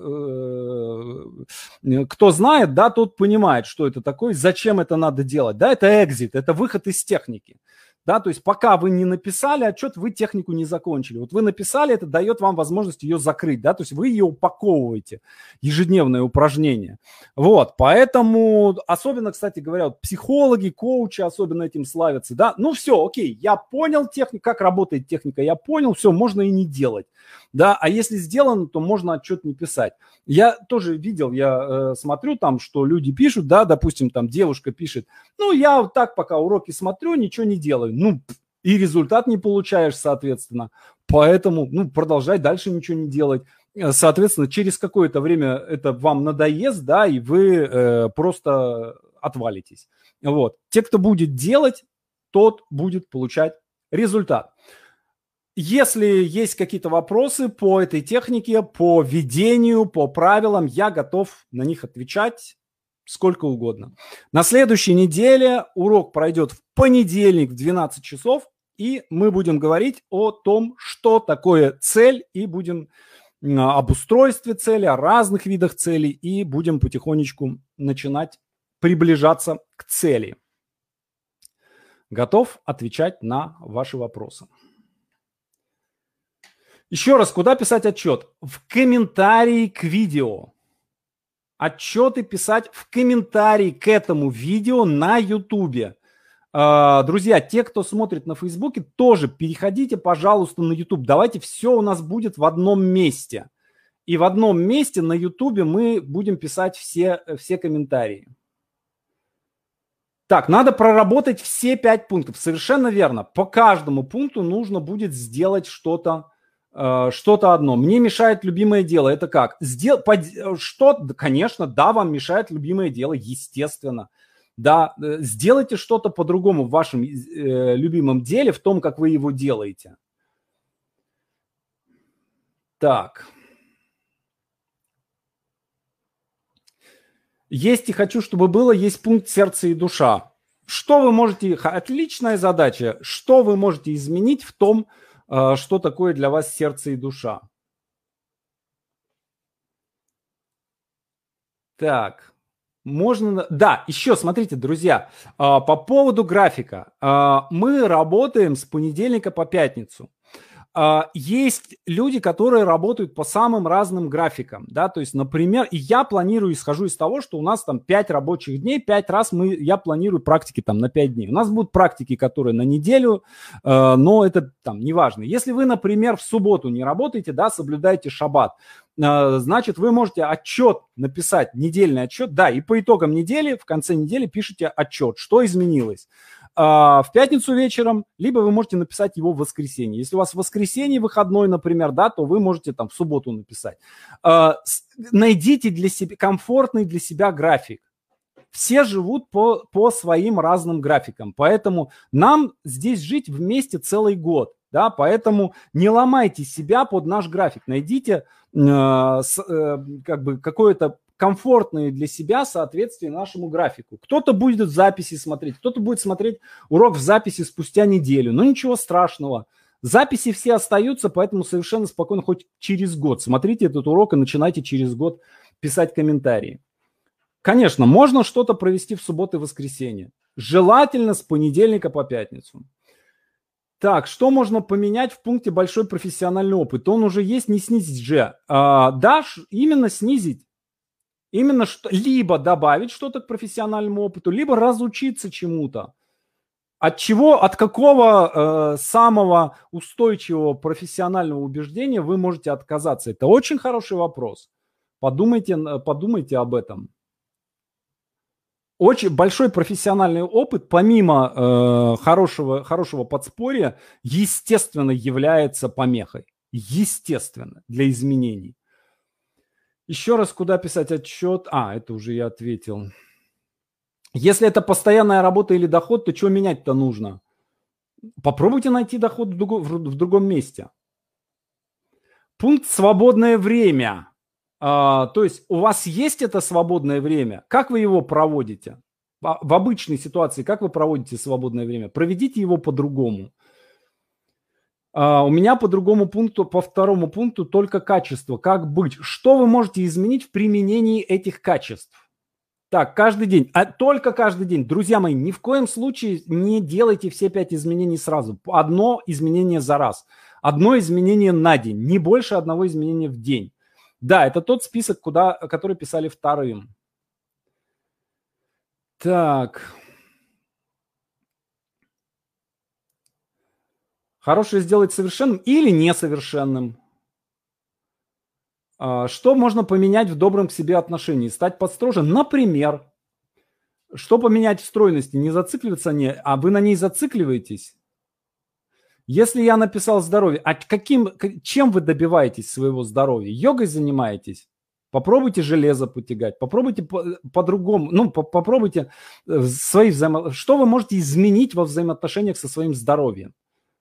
кто знает, да, тот понимает, что это такое, зачем это надо делать, да, это экзит, это выход из техники. Да, то есть пока вы не написали отчет, вы технику не закончили. Вот вы написали, это дает вам возможность ее закрыть, да, то есть вы ее упаковываете, ежедневное упражнение. Вот, поэтому, особенно, кстати говоря, вот психологи, коучи особенно этим славятся, да, ну все, окей, я понял технику, как работает техника, я понял, все, можно и не делать, да, а если сделано, то можно отчет не писать. Я тоже видел, я смотрю там, что люди пишут, да, допустим, там девушка пишет, ну, я вот так пока уроки смотрю, ничего не делаю. Ну, и результат не получаешь, соответственно. Поэтому, ну, продолжай дальше ничего не делать. соответственно, через какое-то время это вам надоест, да, и вы просто отвалитесь. Вот. Те, кто будет делать, тот будет получать результат. Если есть какие-то вопросы по этой технике, по ведению, по правилам, я готов на них отвечать сколько угодно. На следующей неделе урок пройдет в понедельник в 12 часов, и мы будем говорить о том, что такое цель, и будем об устройстве цели, о разных видах целей, и будем потихонечку начинать приближаться к цели. Готов отвечать на ваши вопросы. Еще раз, куда писать отчет? В комментарии к видео. Отчеты писать в комментарии к этому видео на YouTube. Друзья, те, кто смотрит на Фейсбуке, тоже переходите, пожалуйста, на YouTube. Давайте все у нас будет в одном месте. И в одном месте на YouTube мы будем писать все комментарии. Так, надо проработать все 5 пунктов. Совершенно верно. По каждому пункту нужно будет сделать что-то одно. Мне мешает любимое дело. Это как? Конечно, да, вам мешает любимое дело, естественно. Да, сделайте что-то по-другому в вашем любимом деле, в том, как вы его делаете. Так. Есть и хочу, чтобы было, есть пункт сердце и душа. Что вы можете... Отличная задача. Что вы можете изменить в том, что такое для вас сердце и душа? Так, можно... Да, еще, смотрите, друзья, по поводу графика. Мы работаем с понедельника по пятницу. Есть люди, которые работают по самым разным графикам, да, то есть, например, и я планирую, исхожу из того, что у нас там 5 рабочих дней, 5 раз я планирую практики там на 5 дней. У нас будут практики, которые на неделю, но это там неважно. Если вы, например, в субботу не работаете, да, соблюдаете шаббат, значит, вы можете отчет написать, недельный отчет, да, и по итогам недели, в конце недели пишите отчет, что изменилось. В пятницу вечером, либо вы можете написать его в воскресенье. Если у вас в воскресенье выходной, например, да, то вы можете там в субботу написать. Найдите для себя комфортный для себя график. Все живут по своим разным графикам, поэтому нам здесь жить вместе целый год, да, поэтому не ломайте себя под наш график, найдите как бы какое-то комфортные для себя соответствие нашему графику. Кто-то будет в записи смотреть, кто-то будет смотреть урок в записи спустя неделю. Но ничего страшного. Записи все остаются, поэтому совершенно спокойно хоть через год смотрите этот урок и начинайте через год писать комментарии. Конечно, можно что-то провести в субботу и воскресенье. Желательно с понедельника по пятницу. Так, что можно поменять в пункте большой профессиональный опыт? Он уже есть, не снизить же. Да, именно снизить. Именно что, либо добавить что-то к профессиональному опыту, либо разучиться чему-то. От какого самого устойчивого профессионального убеждения вы можете отказаться? Это очень хороший вопрос. Подумайте об этом. Очень большой профессиональный опыт, помимо хорошего подспорья, естественно, является помехой. Естественно, для изменений. Еще раз, куда писать отчет? Это уже я ответил. Если это постоянная работа или доход, то что менять-то нужно? Попробуйте найти доход в другом месте. Пункт «Свободное время». То есть у вас есть это свободное время? Как вы его проводите? В обычной ситуации как вы проводите свободное время? Проведите его по-другому. У меня по второму пункту только качество. Как быть? Что вы можете изменить в применении этих качеств? Так, каждый день. Только каждый день. Друзья мои, ни в коем случае не делайте все 5 изменений сразу. Одно изменение за раз. Одно изменение на день. Не больше одного изменения в день. Да, это тот список, который писали вторым. Так. Хорошее сделать совершенным или несовершенным. Что можно поменять в добром к себе отношении? Стать подстроже? Например. Что поменять в стройности? Не зацикливаться, а вы на ней зацикливаетесь? Если я написал здоровье, а чем вы добиваетесь своего здоровья? Йогой занимаетесь? Попробуйте железо потягать, попробуйте по-другому, ну, попробуйте что вы можете изменить во взаимоотношениях со своим здоровьем?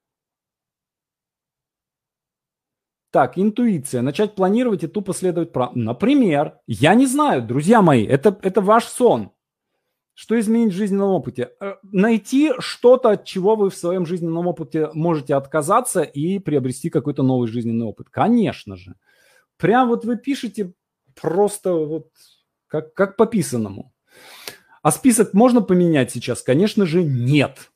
Так, интуиция. Начать планировать и тупо следовать Например, я не знаю, друзья мои, это ваш сон. Что изменить в жизненном опыте? Найти что-то, от чего вы в своем жизненном опыте можете отказаться и приобрести какой-то новый жизненный опыт. Конечно же. Прям вот вы пишете просто вот как по писанному. А список можно поменять сейчас? Конечно же, нет.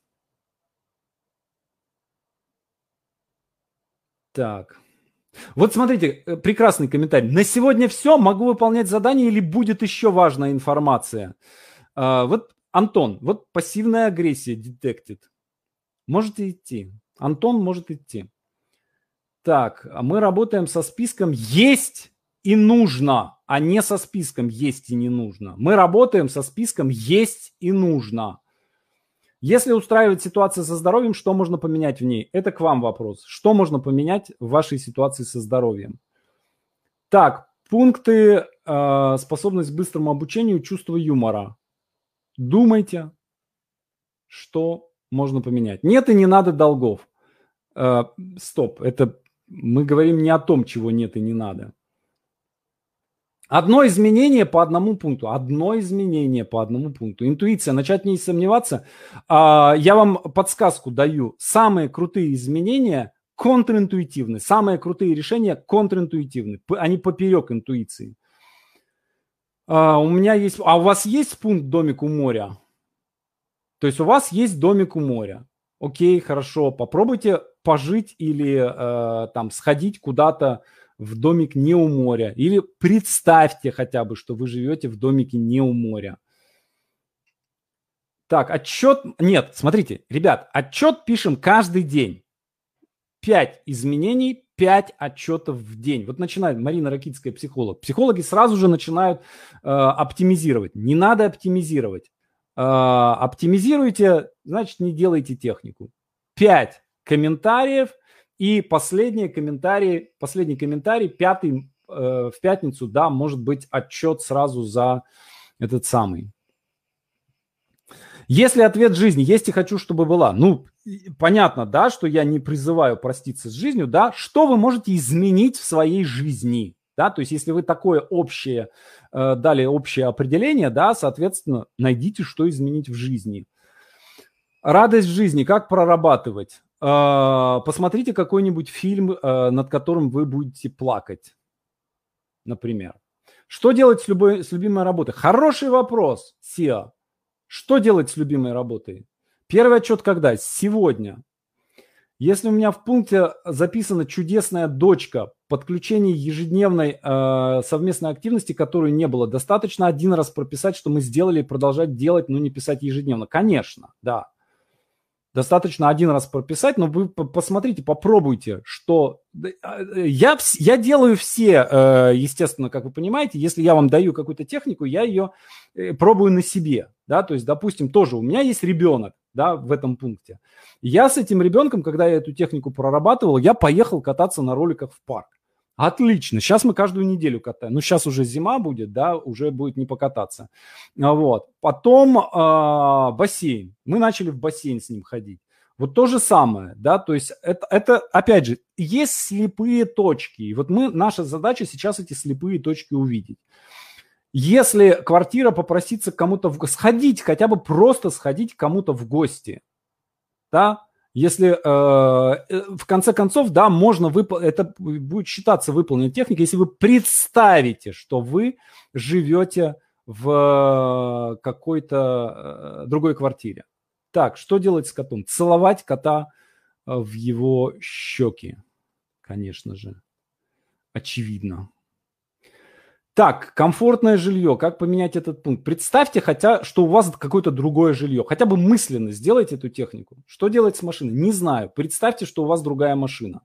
Так. Вот смотрите, прекрасный комментарий. На сегодня все. Могу выполнять задание или будет еще важная информация? Вот, Антон, вот пассивная агрессия detected. Можете идти. Антон может идти. Так, а мы работаем со списком «есть и нужно», а не со списком «есть и не нужно». Мы работаем со списком «есть и нужно». Если устраивает ситуация со здоровьем, что можно поменять в ней? Это к вам вопрос. Что можно поменять в вашей ситуации со здоровьем? Так, пункты способность к быстрому обучению, чувство юмора. Думайте, что можно поменять. Нет и не надо долгов. Стоп, это мы говорим не о том, чего нет и не надо. Одно изменение по одному пункту. Одно изменение по одному пункту. Интуиция, начать не сомневаться. Я вам подсказку даю. Самые крутые изменения контринтуитивны. Самые крутые решения контринтуитивны. Они поперек интуиции. У меня есть... А у вас есть пункт «домик у моря»? То есть у вас есть домик у моря. Окей, хорошо. Попробуйте пожить или там сходить куда-то в домик не у моря. Или представьте хотя бы, что вы живете в домике не у моря. Так, отчет... Нет, смотрите, ребят, отчет пишем каждый день. 5 изменений, 5 отчетов в день. Вот начинает Марина Ракитская, психолог. Психологи сразу же начинают оптимизировать. Не надо оптимизировать. Оптимизируйте, значит, не делайте технику. 5 комментариев. И последний комментарий, пятый в пятницу, да, может быть отчет сразу за этот самый. Если ответ жизни, есть и хочу, чтобы была. Ну, понятно, да, что я не призываю проститься с жизнью, да. Что вы можете изменить в своей жизни? Да, то есть если вы такое общее, дали общее определение, да, соответственно, найдите, что изменить в жизни. Радость в жизни, как прорабатывать? Посмотрите какой-нибудь фильм, над которым вы будете плакать, например. Что делать с любимой работой? Хороший вопрос, Сиа. Что делать с любимой работой? Первый отчет когда? Сегодня. Если у меня в пункте записана чудесная дочка, подключение ежедневной совместной активности, которой не было, достаточно один раз прописать, что мы сделали, и продолжать делать, но не писать ежедневно. Конечно, да. Достаточно один раз прописать, но вы посмотрите, попробуйте, что... Я делаю все, естественно, как вы понимаете, если я вам даю какую-то технику, я ее пробую на себе, да, то есть, допустим, тоже у меня есть ребенок, да, в этом пункте. Я с этим ребенком, когда я эту технику прорабатывал, я поехал кататься на роликах в парк. Отлично. Сейчас мы каждую неделю катаем. Ну, сейчас уже зима будет, да, уже будет не покататься. Вот. Потом бассейн. Мы начали в бассейн с ним ходить. Вот то же самое, да, то есть это, опять же, есть слепые точки. И вот наша задача сейчас эти слепые точки увидеть. Если квартира попросится кому-то сходить, хотя бы просто сходить к кому-то в гости, да, если в конце концов, да, можно это будет считаться выполненной техникой, если вы представите, что вы живете в какой-то другой квартире. Так, что делать с котом? Целовать кота в его щеки, конечно же, очевидно. Так, комфортное жилье. Как поменять этот пункт? Представьте, что у вас какое-то другое жилье. Хотя бы мысленно сделайте эту технику. Что делать с машиной? Не знаю. Представьте, что у вас другая машина.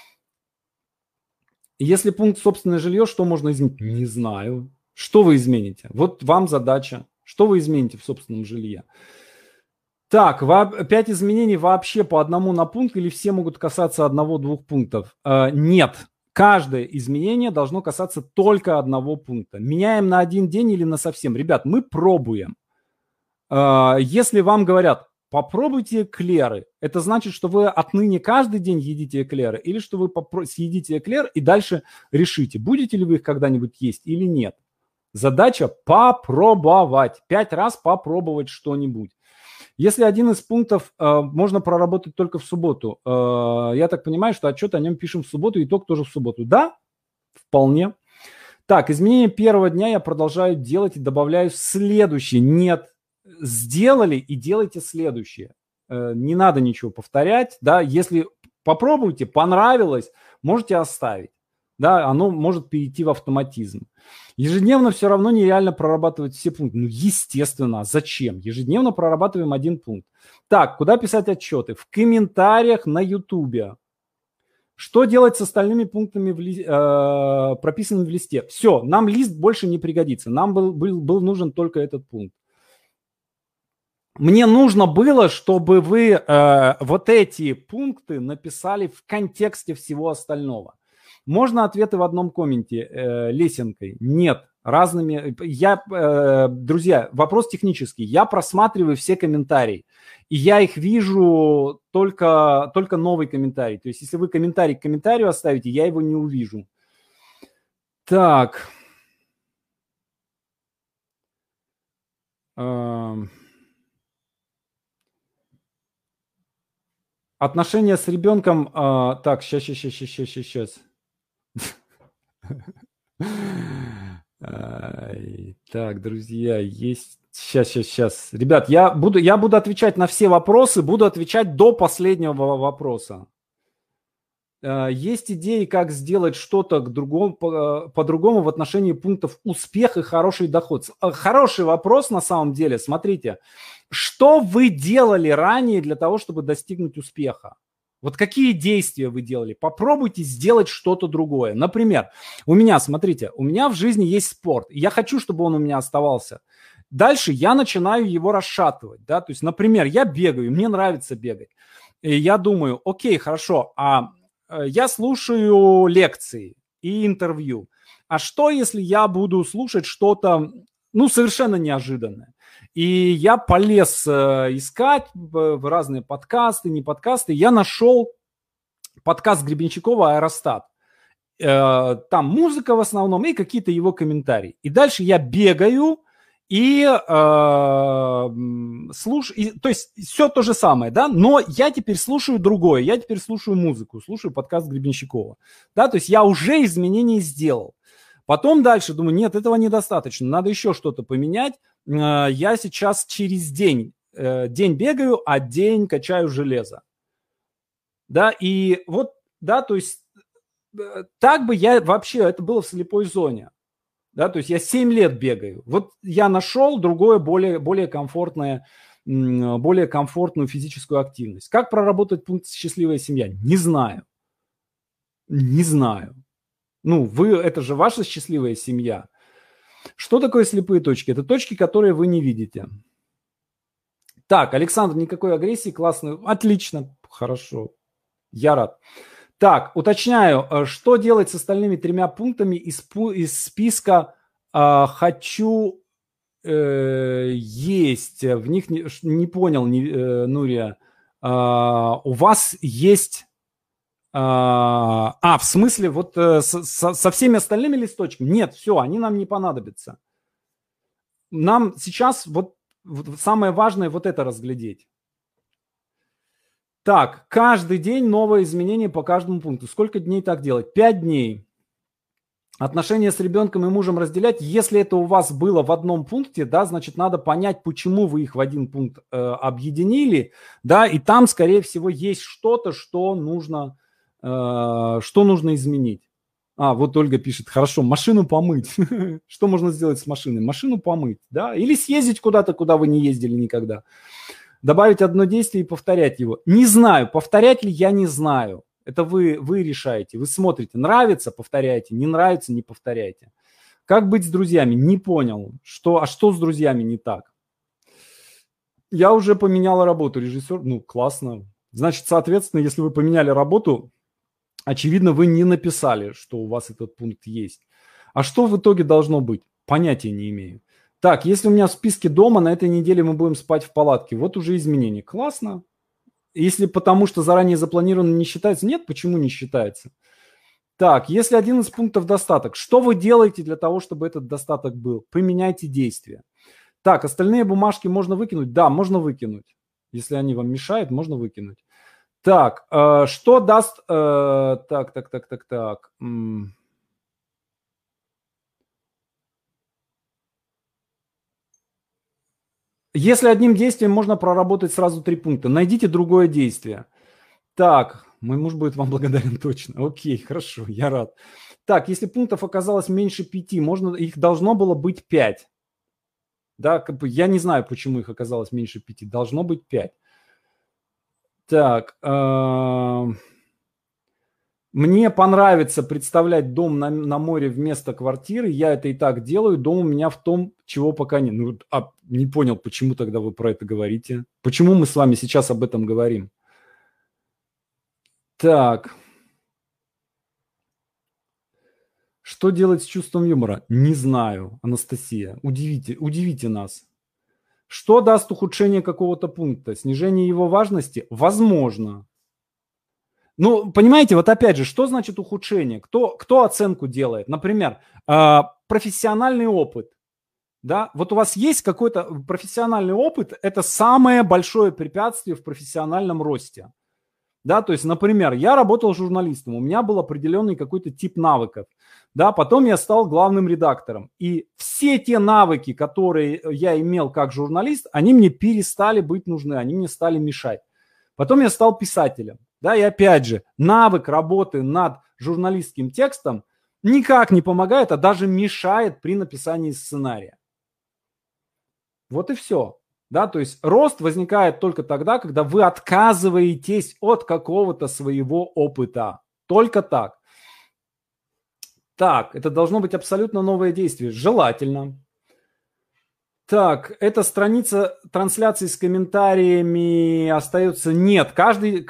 Если пункт собственное жилье, что можно изменить? Не знаю. Что вы измените? Вот вам задача. Что вы измените в собственном жилье? Так, 5 изменений вообще по одному на пункт или все могут касаться одного-двух пунктов? Нет. Каждое изменение должно касаться только одного пункта. Меняем на один день или на совсем. Ребят, мы пробуем. Если вам говорят, попробуйте эклеры, это значит, что вы отныне каждый день едите эклеры или что вы съедите эклер и дальше решите, будете ли вы их когда-нибудь есть или нет. Задача попробовать. 5 раз попробовать что-нибудь. Если один из пунктов можно проработать только в субботу, я так понимаю, что отчет о нем пишем в субботу, итог тоже в субботу. Да, вполне. Так, изменение первого дня я продолжаю делать и добавляю следующее. Нет, сделали и делайте следующее. Не надо ничего повторять. Да? Если попробуйте, понравилось, можете оставить. Да, оно может перейти в автоматизм. Ежедневно все равно нереально прорабатывать все пункты. Ну, естественно, зачем? Ежедневно прорабатываем один пункт. Так, куда писать отчеты? В комментариях на YouTube. Что делать с остальными пунктами, прописанными в листе? Все, нам лист больше не пригодится. Нам был нужен только этот пункт. Мне нужно было, чтобы вы вот эти пункты написали в контексте всего остального. Можно ответы в одном комменте лесенкой? Нет. Разными. Друзья, вопрос технический. Я просматриваю все комментарии. И я их вижу только новый комментарий. То есть, если вы комментарий к комментарию оставите, я его не увижу. Так. Отношения с ребенком... Так, сейчас. Так, друзья, есть... Сейчас. Ребят, я буду отвечать на все вопросы, буду отвечать до последнего вопроса. Есть идеи, как сделать что-то по-другому в отношении пунктов успех и хороший доход? Хороший вопрос на самом деле. Смотрите, что вы делали ранее для того, чтобы достигнуть успеха? Вот какие действия вы делали? Попробуйте сделать что-то другое. Например, у меня в жизни есть спорт. И я хочу, чтобы он у меня оставался. Дальше я начинаю его расшатывать. Да? То есть, например, я бегаю, мне нравится бегать. И я думаю, окей, хорошо, я слушаю лекции и интервью. А что, если я буду слушать что-то, совершенно неожиданное? И я полез искать в разные подкасты, не подкасты. Я нашел подкаст Гребенщикова «Аэростат». Там музыка в основном и какие-то его комментарии. И дальше я бегаю и слушаю, то есть все то же самое, да, но я теперь слушаю другое, я теперь слушаю музыку, слушаю подкаст Гребенщикова, да, то есть я уже изменения сделал. Потом дальше думаю, нет, этого недостаточно, надо еще что-то поменять. Я сейчас через день бегаю, а день качаю железо. Да, и вот, да, то есть так бы я вообще, это было в слепой зоне. Да, то есть я 7 лет бегаю. Вот я нашел другое, более комфортную физическую активность. Как проработать пункт «Счастливая семья»? Не знаю. Это же ваша счастливая семья. Что такое слепые точки? Это точки, которые вы не видите. Так, Александр, никакой агрессии, классно. Отлично, хорошо. Я рад. Так, уточняю, что делать с остальными 3 пунктами из списка «хочу есть». В них не понял, Нурия. У вас есть... в смысле, вот со всеми остальными листочками? Нет, все, они нам не понадобятся. Нам сейчас вот самое важное вот это разглядеть. Так, каждый день новое изменение по каждому пункту. Сколько дней так делать? 5 дней. Отношения с ребенком и мужем разделять. Если это у вас было в одном пункте, да, значит, надо понять, почему вы их в один пункт объединили, да, и там, скорее всего, есть что-то, что нужно изменить. Вот Ольга пишет, хорошо, машину помыть. Что можно сделать с машиной? Машину помыть, да, или съездить куда-то, куда вы не ездили никогда. Добавить одно действие и повторять его. Не знаю, повторять ли я не знаю. Это вы решаете. Вы смотрите, нравится – повторяйте, не нравится – не повторяйте. Как быть с друзьями? Не понял. Что с друзьями не так? Я уже поменяла работу, режиссер. Ну, классно. Значит, соответственно, если вы поменяли работу, очевидно, вы не написали, что у вас этот пункт есть. А что в итоге должно быть? Понятия не имею. Так, если у меня в списке дома, на этой неделе мы будем спать в палатке. Вот уже изменение. Классно. Если потому что заранее запланировано не считается, нет, почему не считается? Так, если один из пунктов достаток, что вы делаете для того, чтобы этот достаток был? Поменяйте действия. Так, остальные бумажки можно выкинуть? Да, можно выкинуть. Если они вам мешают, можно выкинуть. Так, что даст... так. Если одним действием можно проработать сразу 3 пункта, найдите другое действие. Так, мой муж будет вам благодарен точно. Окей, хорошо, я рад. Так, если пунктов оказалось меньше 5, их должно было быть 5. Да, как бы я не знаю, почему их оказалось меньше 5. Должно быть 5. Так, мне понравится представлять дом на море вместо квартиры. Я это и так делаю. Дом у меня в том, чего пока нет. Ну, не понял, почему тогда вы про это говорите. Почему мы с вами сейчас об этом говорим? Так. Что делать с чувством юмора? Не знаю, Анастасия. Удивите нас. Что даст ухудшение какого-то пункта? Снижение его важности? Возможно. Ну, понимаете, вот опять же, что значит ухудшение? Кто оценку делает? Например, профессиональный опыт. Да? Вот у вас есть какой-то профессиональный опыт, это самое большое препятствие в профессиональном росте. Да, то есть, например, я работал журналистом, у меня был определенный какой-то тип навыков. Да, потом я стал главным редактором. И все те навыки, которые я имел как журналист, они мне перестали быть нужны, они мне стали мешать. Потом я стал писателем. Да, и опять же, навык работы над журналистским текстом никак не помогает, а даже мешает при написании сценария. Вот и все. Да, то есть рост возникает только тогда, когда вы отказываетесь от какого-то своего опыта. Только так. Так, это должно быть абсолютно новое действие. Желательно. Так, эта страница трансляции с комментариями остается... Нет, каждый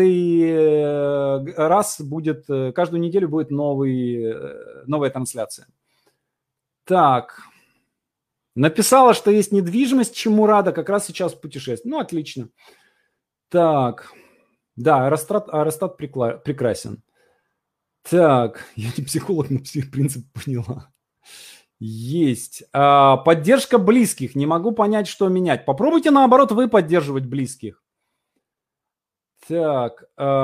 раз будет... Каждую неделю будет новая трансляция. Так. Написала, что есть недвижимость, чему рада, как раз сейчас путешествие. Ну, отлично. Так. Да, аэростат прекрасен. Так, я не психолог, но принцип поняла. Есть. Поддержка близких. Не могу понять, что менять. Попробуйте, наоборот, вы поддерживать близких. Так,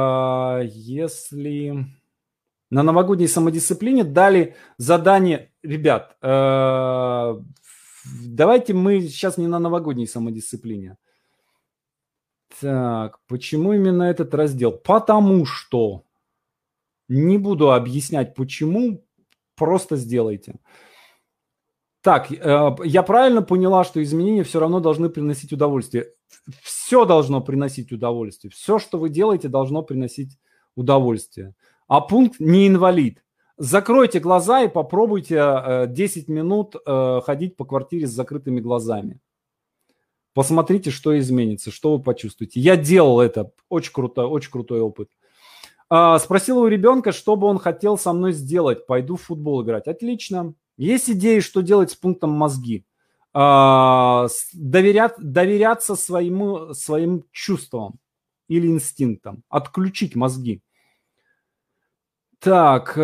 если на новогодней самодисциплине дали задание... Ребят, давайте мы сейчас не на новогодней самодисциплине. Так, почему именно этот раздел? Потому что... Не буду объяснять, почему, просто сделайте. Так, я правильно поняла, что изменения все равно должны приносить удовольствие. Все должно приносить удовольствие. Все, что вы делаете, должно приносить удовольствие. А пункт не инвалид. Закройте глаза и попробуйте 10 минут ходить по квартире с закрытыми глазами. Посмотрите, что изменится, что вы почувствуете. Я делал это. Очень крутой опыт. Спросила у ребенка, что бы он хотел со мной сделать. Пойду в футбол играть. Отлично. Есть идеи, что делать с пунктом мозги? Доверяться своим чувствам или инстинктам. Отключить мозги. Так.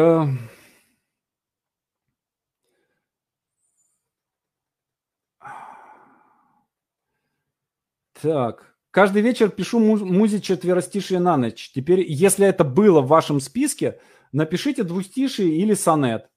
Так. Каждый вечер пишу музе четверостишие на ночь. Теперь, если это было в вашем списке, напишите двустишие или сонет.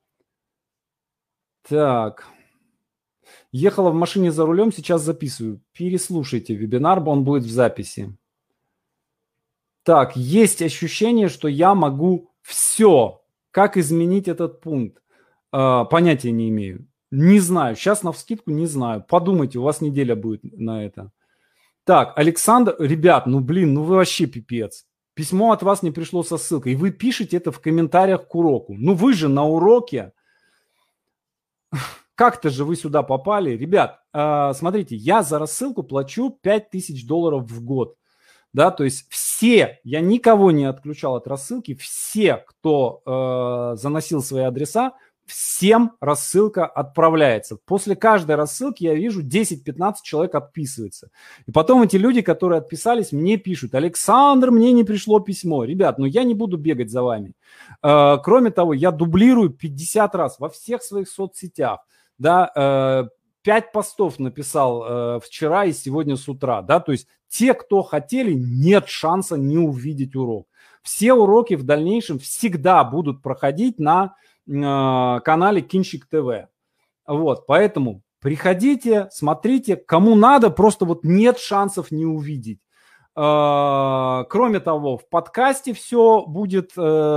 Так. Ехала в машине за рулем, сейчас записываю. Переслушайте вебинар, он будет в записи. Так, есть ощущение, что я могу все. Как изменить этот пункт? Понятия не имею. Не знаю. Сейчас навскидку не знаю. Подумайте, у вас неделя будет на это. Так, Александр, ребят, ну вы вообще пипец. Письмо от вас не пришло со ссылкой. И вы пишете это в комментариях к уроку. Ну вы же на уроке. как-то же вы сюда попали. Ребят, смотрите, я за рассылку плачу $5000 в год. Да, то есть все, я никого не отключал от рассылки, все, кто заносил свои адреса, всем рассылка отправляется. После каждой рассылки я вижу 10-15 человек отписывается. И потом эти люди, которые отписались, мне пишут: Александр, мне не пришло письмо. Ребят, ну я не буду бегать за вами. Кроме того, я дублирую 50 раз во всех своих соцсетях. Да, 5 постов написал вчера и сегодня с утра. Да, то есть те, кто хотели, нет шанса не увидеть урок. Все уроки в дальнейшем всегда будут проходить на канале Кинчик ТВ. Вот, поэтому приходите, смотрите, кому надо, просто вот нет шансов не увидеть. Кроме того, в подкасте все будет,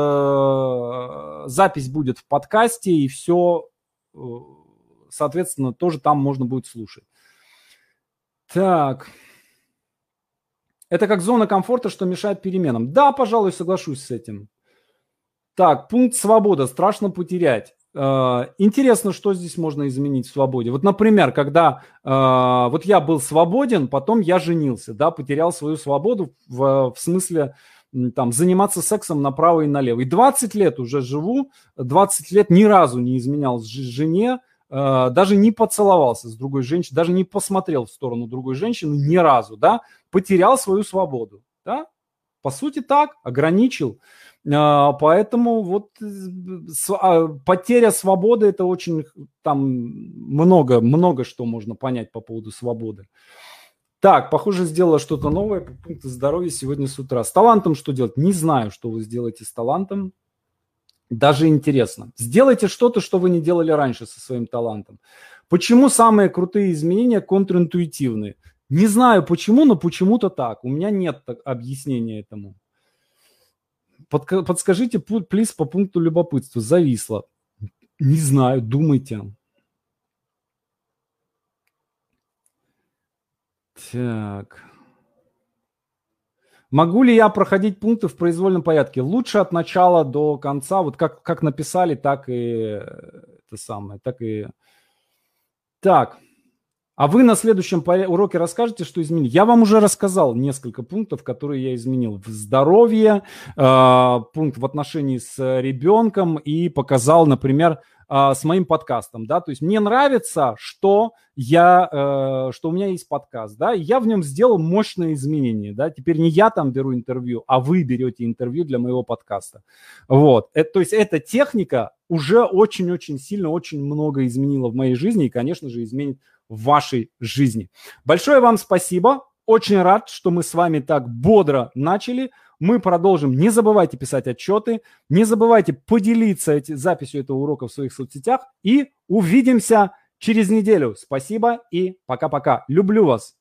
запись будет в подкасте, и все, соответственно, тоже там можно будет слушать. Так. Это как зона комфорта, что мешает переменам. Да, пожалуй, соглашусь с этим. Так, пункт свобода. Страшно потерять. Интересно, что здесь можно изменить в свободе. Вот, например, когда вот я был свободен, потом я женился, да, потерял свою свободу в смысле там заниматься сексом направо и налево. И 20 лет уже живу, 20 лет ни разу не изменял жене, даже не поцеловался с другой женщиной, даже не посмотрел в сторону другой женщины ни разу, да, потерял свою свободу, да, по сути так, ограничил. Поэтому вот потеря свободы — это очень там много что можно понять по поводу свободы. Так, похоже, сделала что-то новое по пункту здоровья сегодня с утра. С талантом что делать? Не знаю, что вы сделаете с талантом. Даже интересно. Сделайте что-то, что вы не делали раньше со своим талантом. Почему самые крутые изменения контринтуитивные? Не знаю почему, но почему-то так. У меня нет объяснения этому. Подскажите, плиз, по пункту любопытства. Зависло. Не знаю, думайте. Так. Могу ли я проходить пункты в произвольном порядке? Лучше от начала до конца. Вот как написали, так и это самое, так и... Так. А вы на следующем уроке расскажете, что изменили? Я вам уже рассказал несколько пунктов, которые я изменил. В здоровье, пункт в отношении с ребенком и показал, например, с моим подкастом. Да? То есть мне нравится, что у меня есть подкаст, да, и я в нем сделал мощные изменения. Да? Теперь не я там беру интервью, а вы берете интервью для моего подкаста. Вот. То есть эта техника уже очень-очень сильно, очень много изменила в моей жизни и, конечно же, изменит в вашей жизни. Большое вам спасибо. Очень рад, что мы с вами так бодро начали. Мы продолжим. Не забывайте писать отчеты. Не забывайте поделиться записью этого урока в своих соцсетях. И увидимся через неделю. Спасибо и пока-пока. Люблю вас.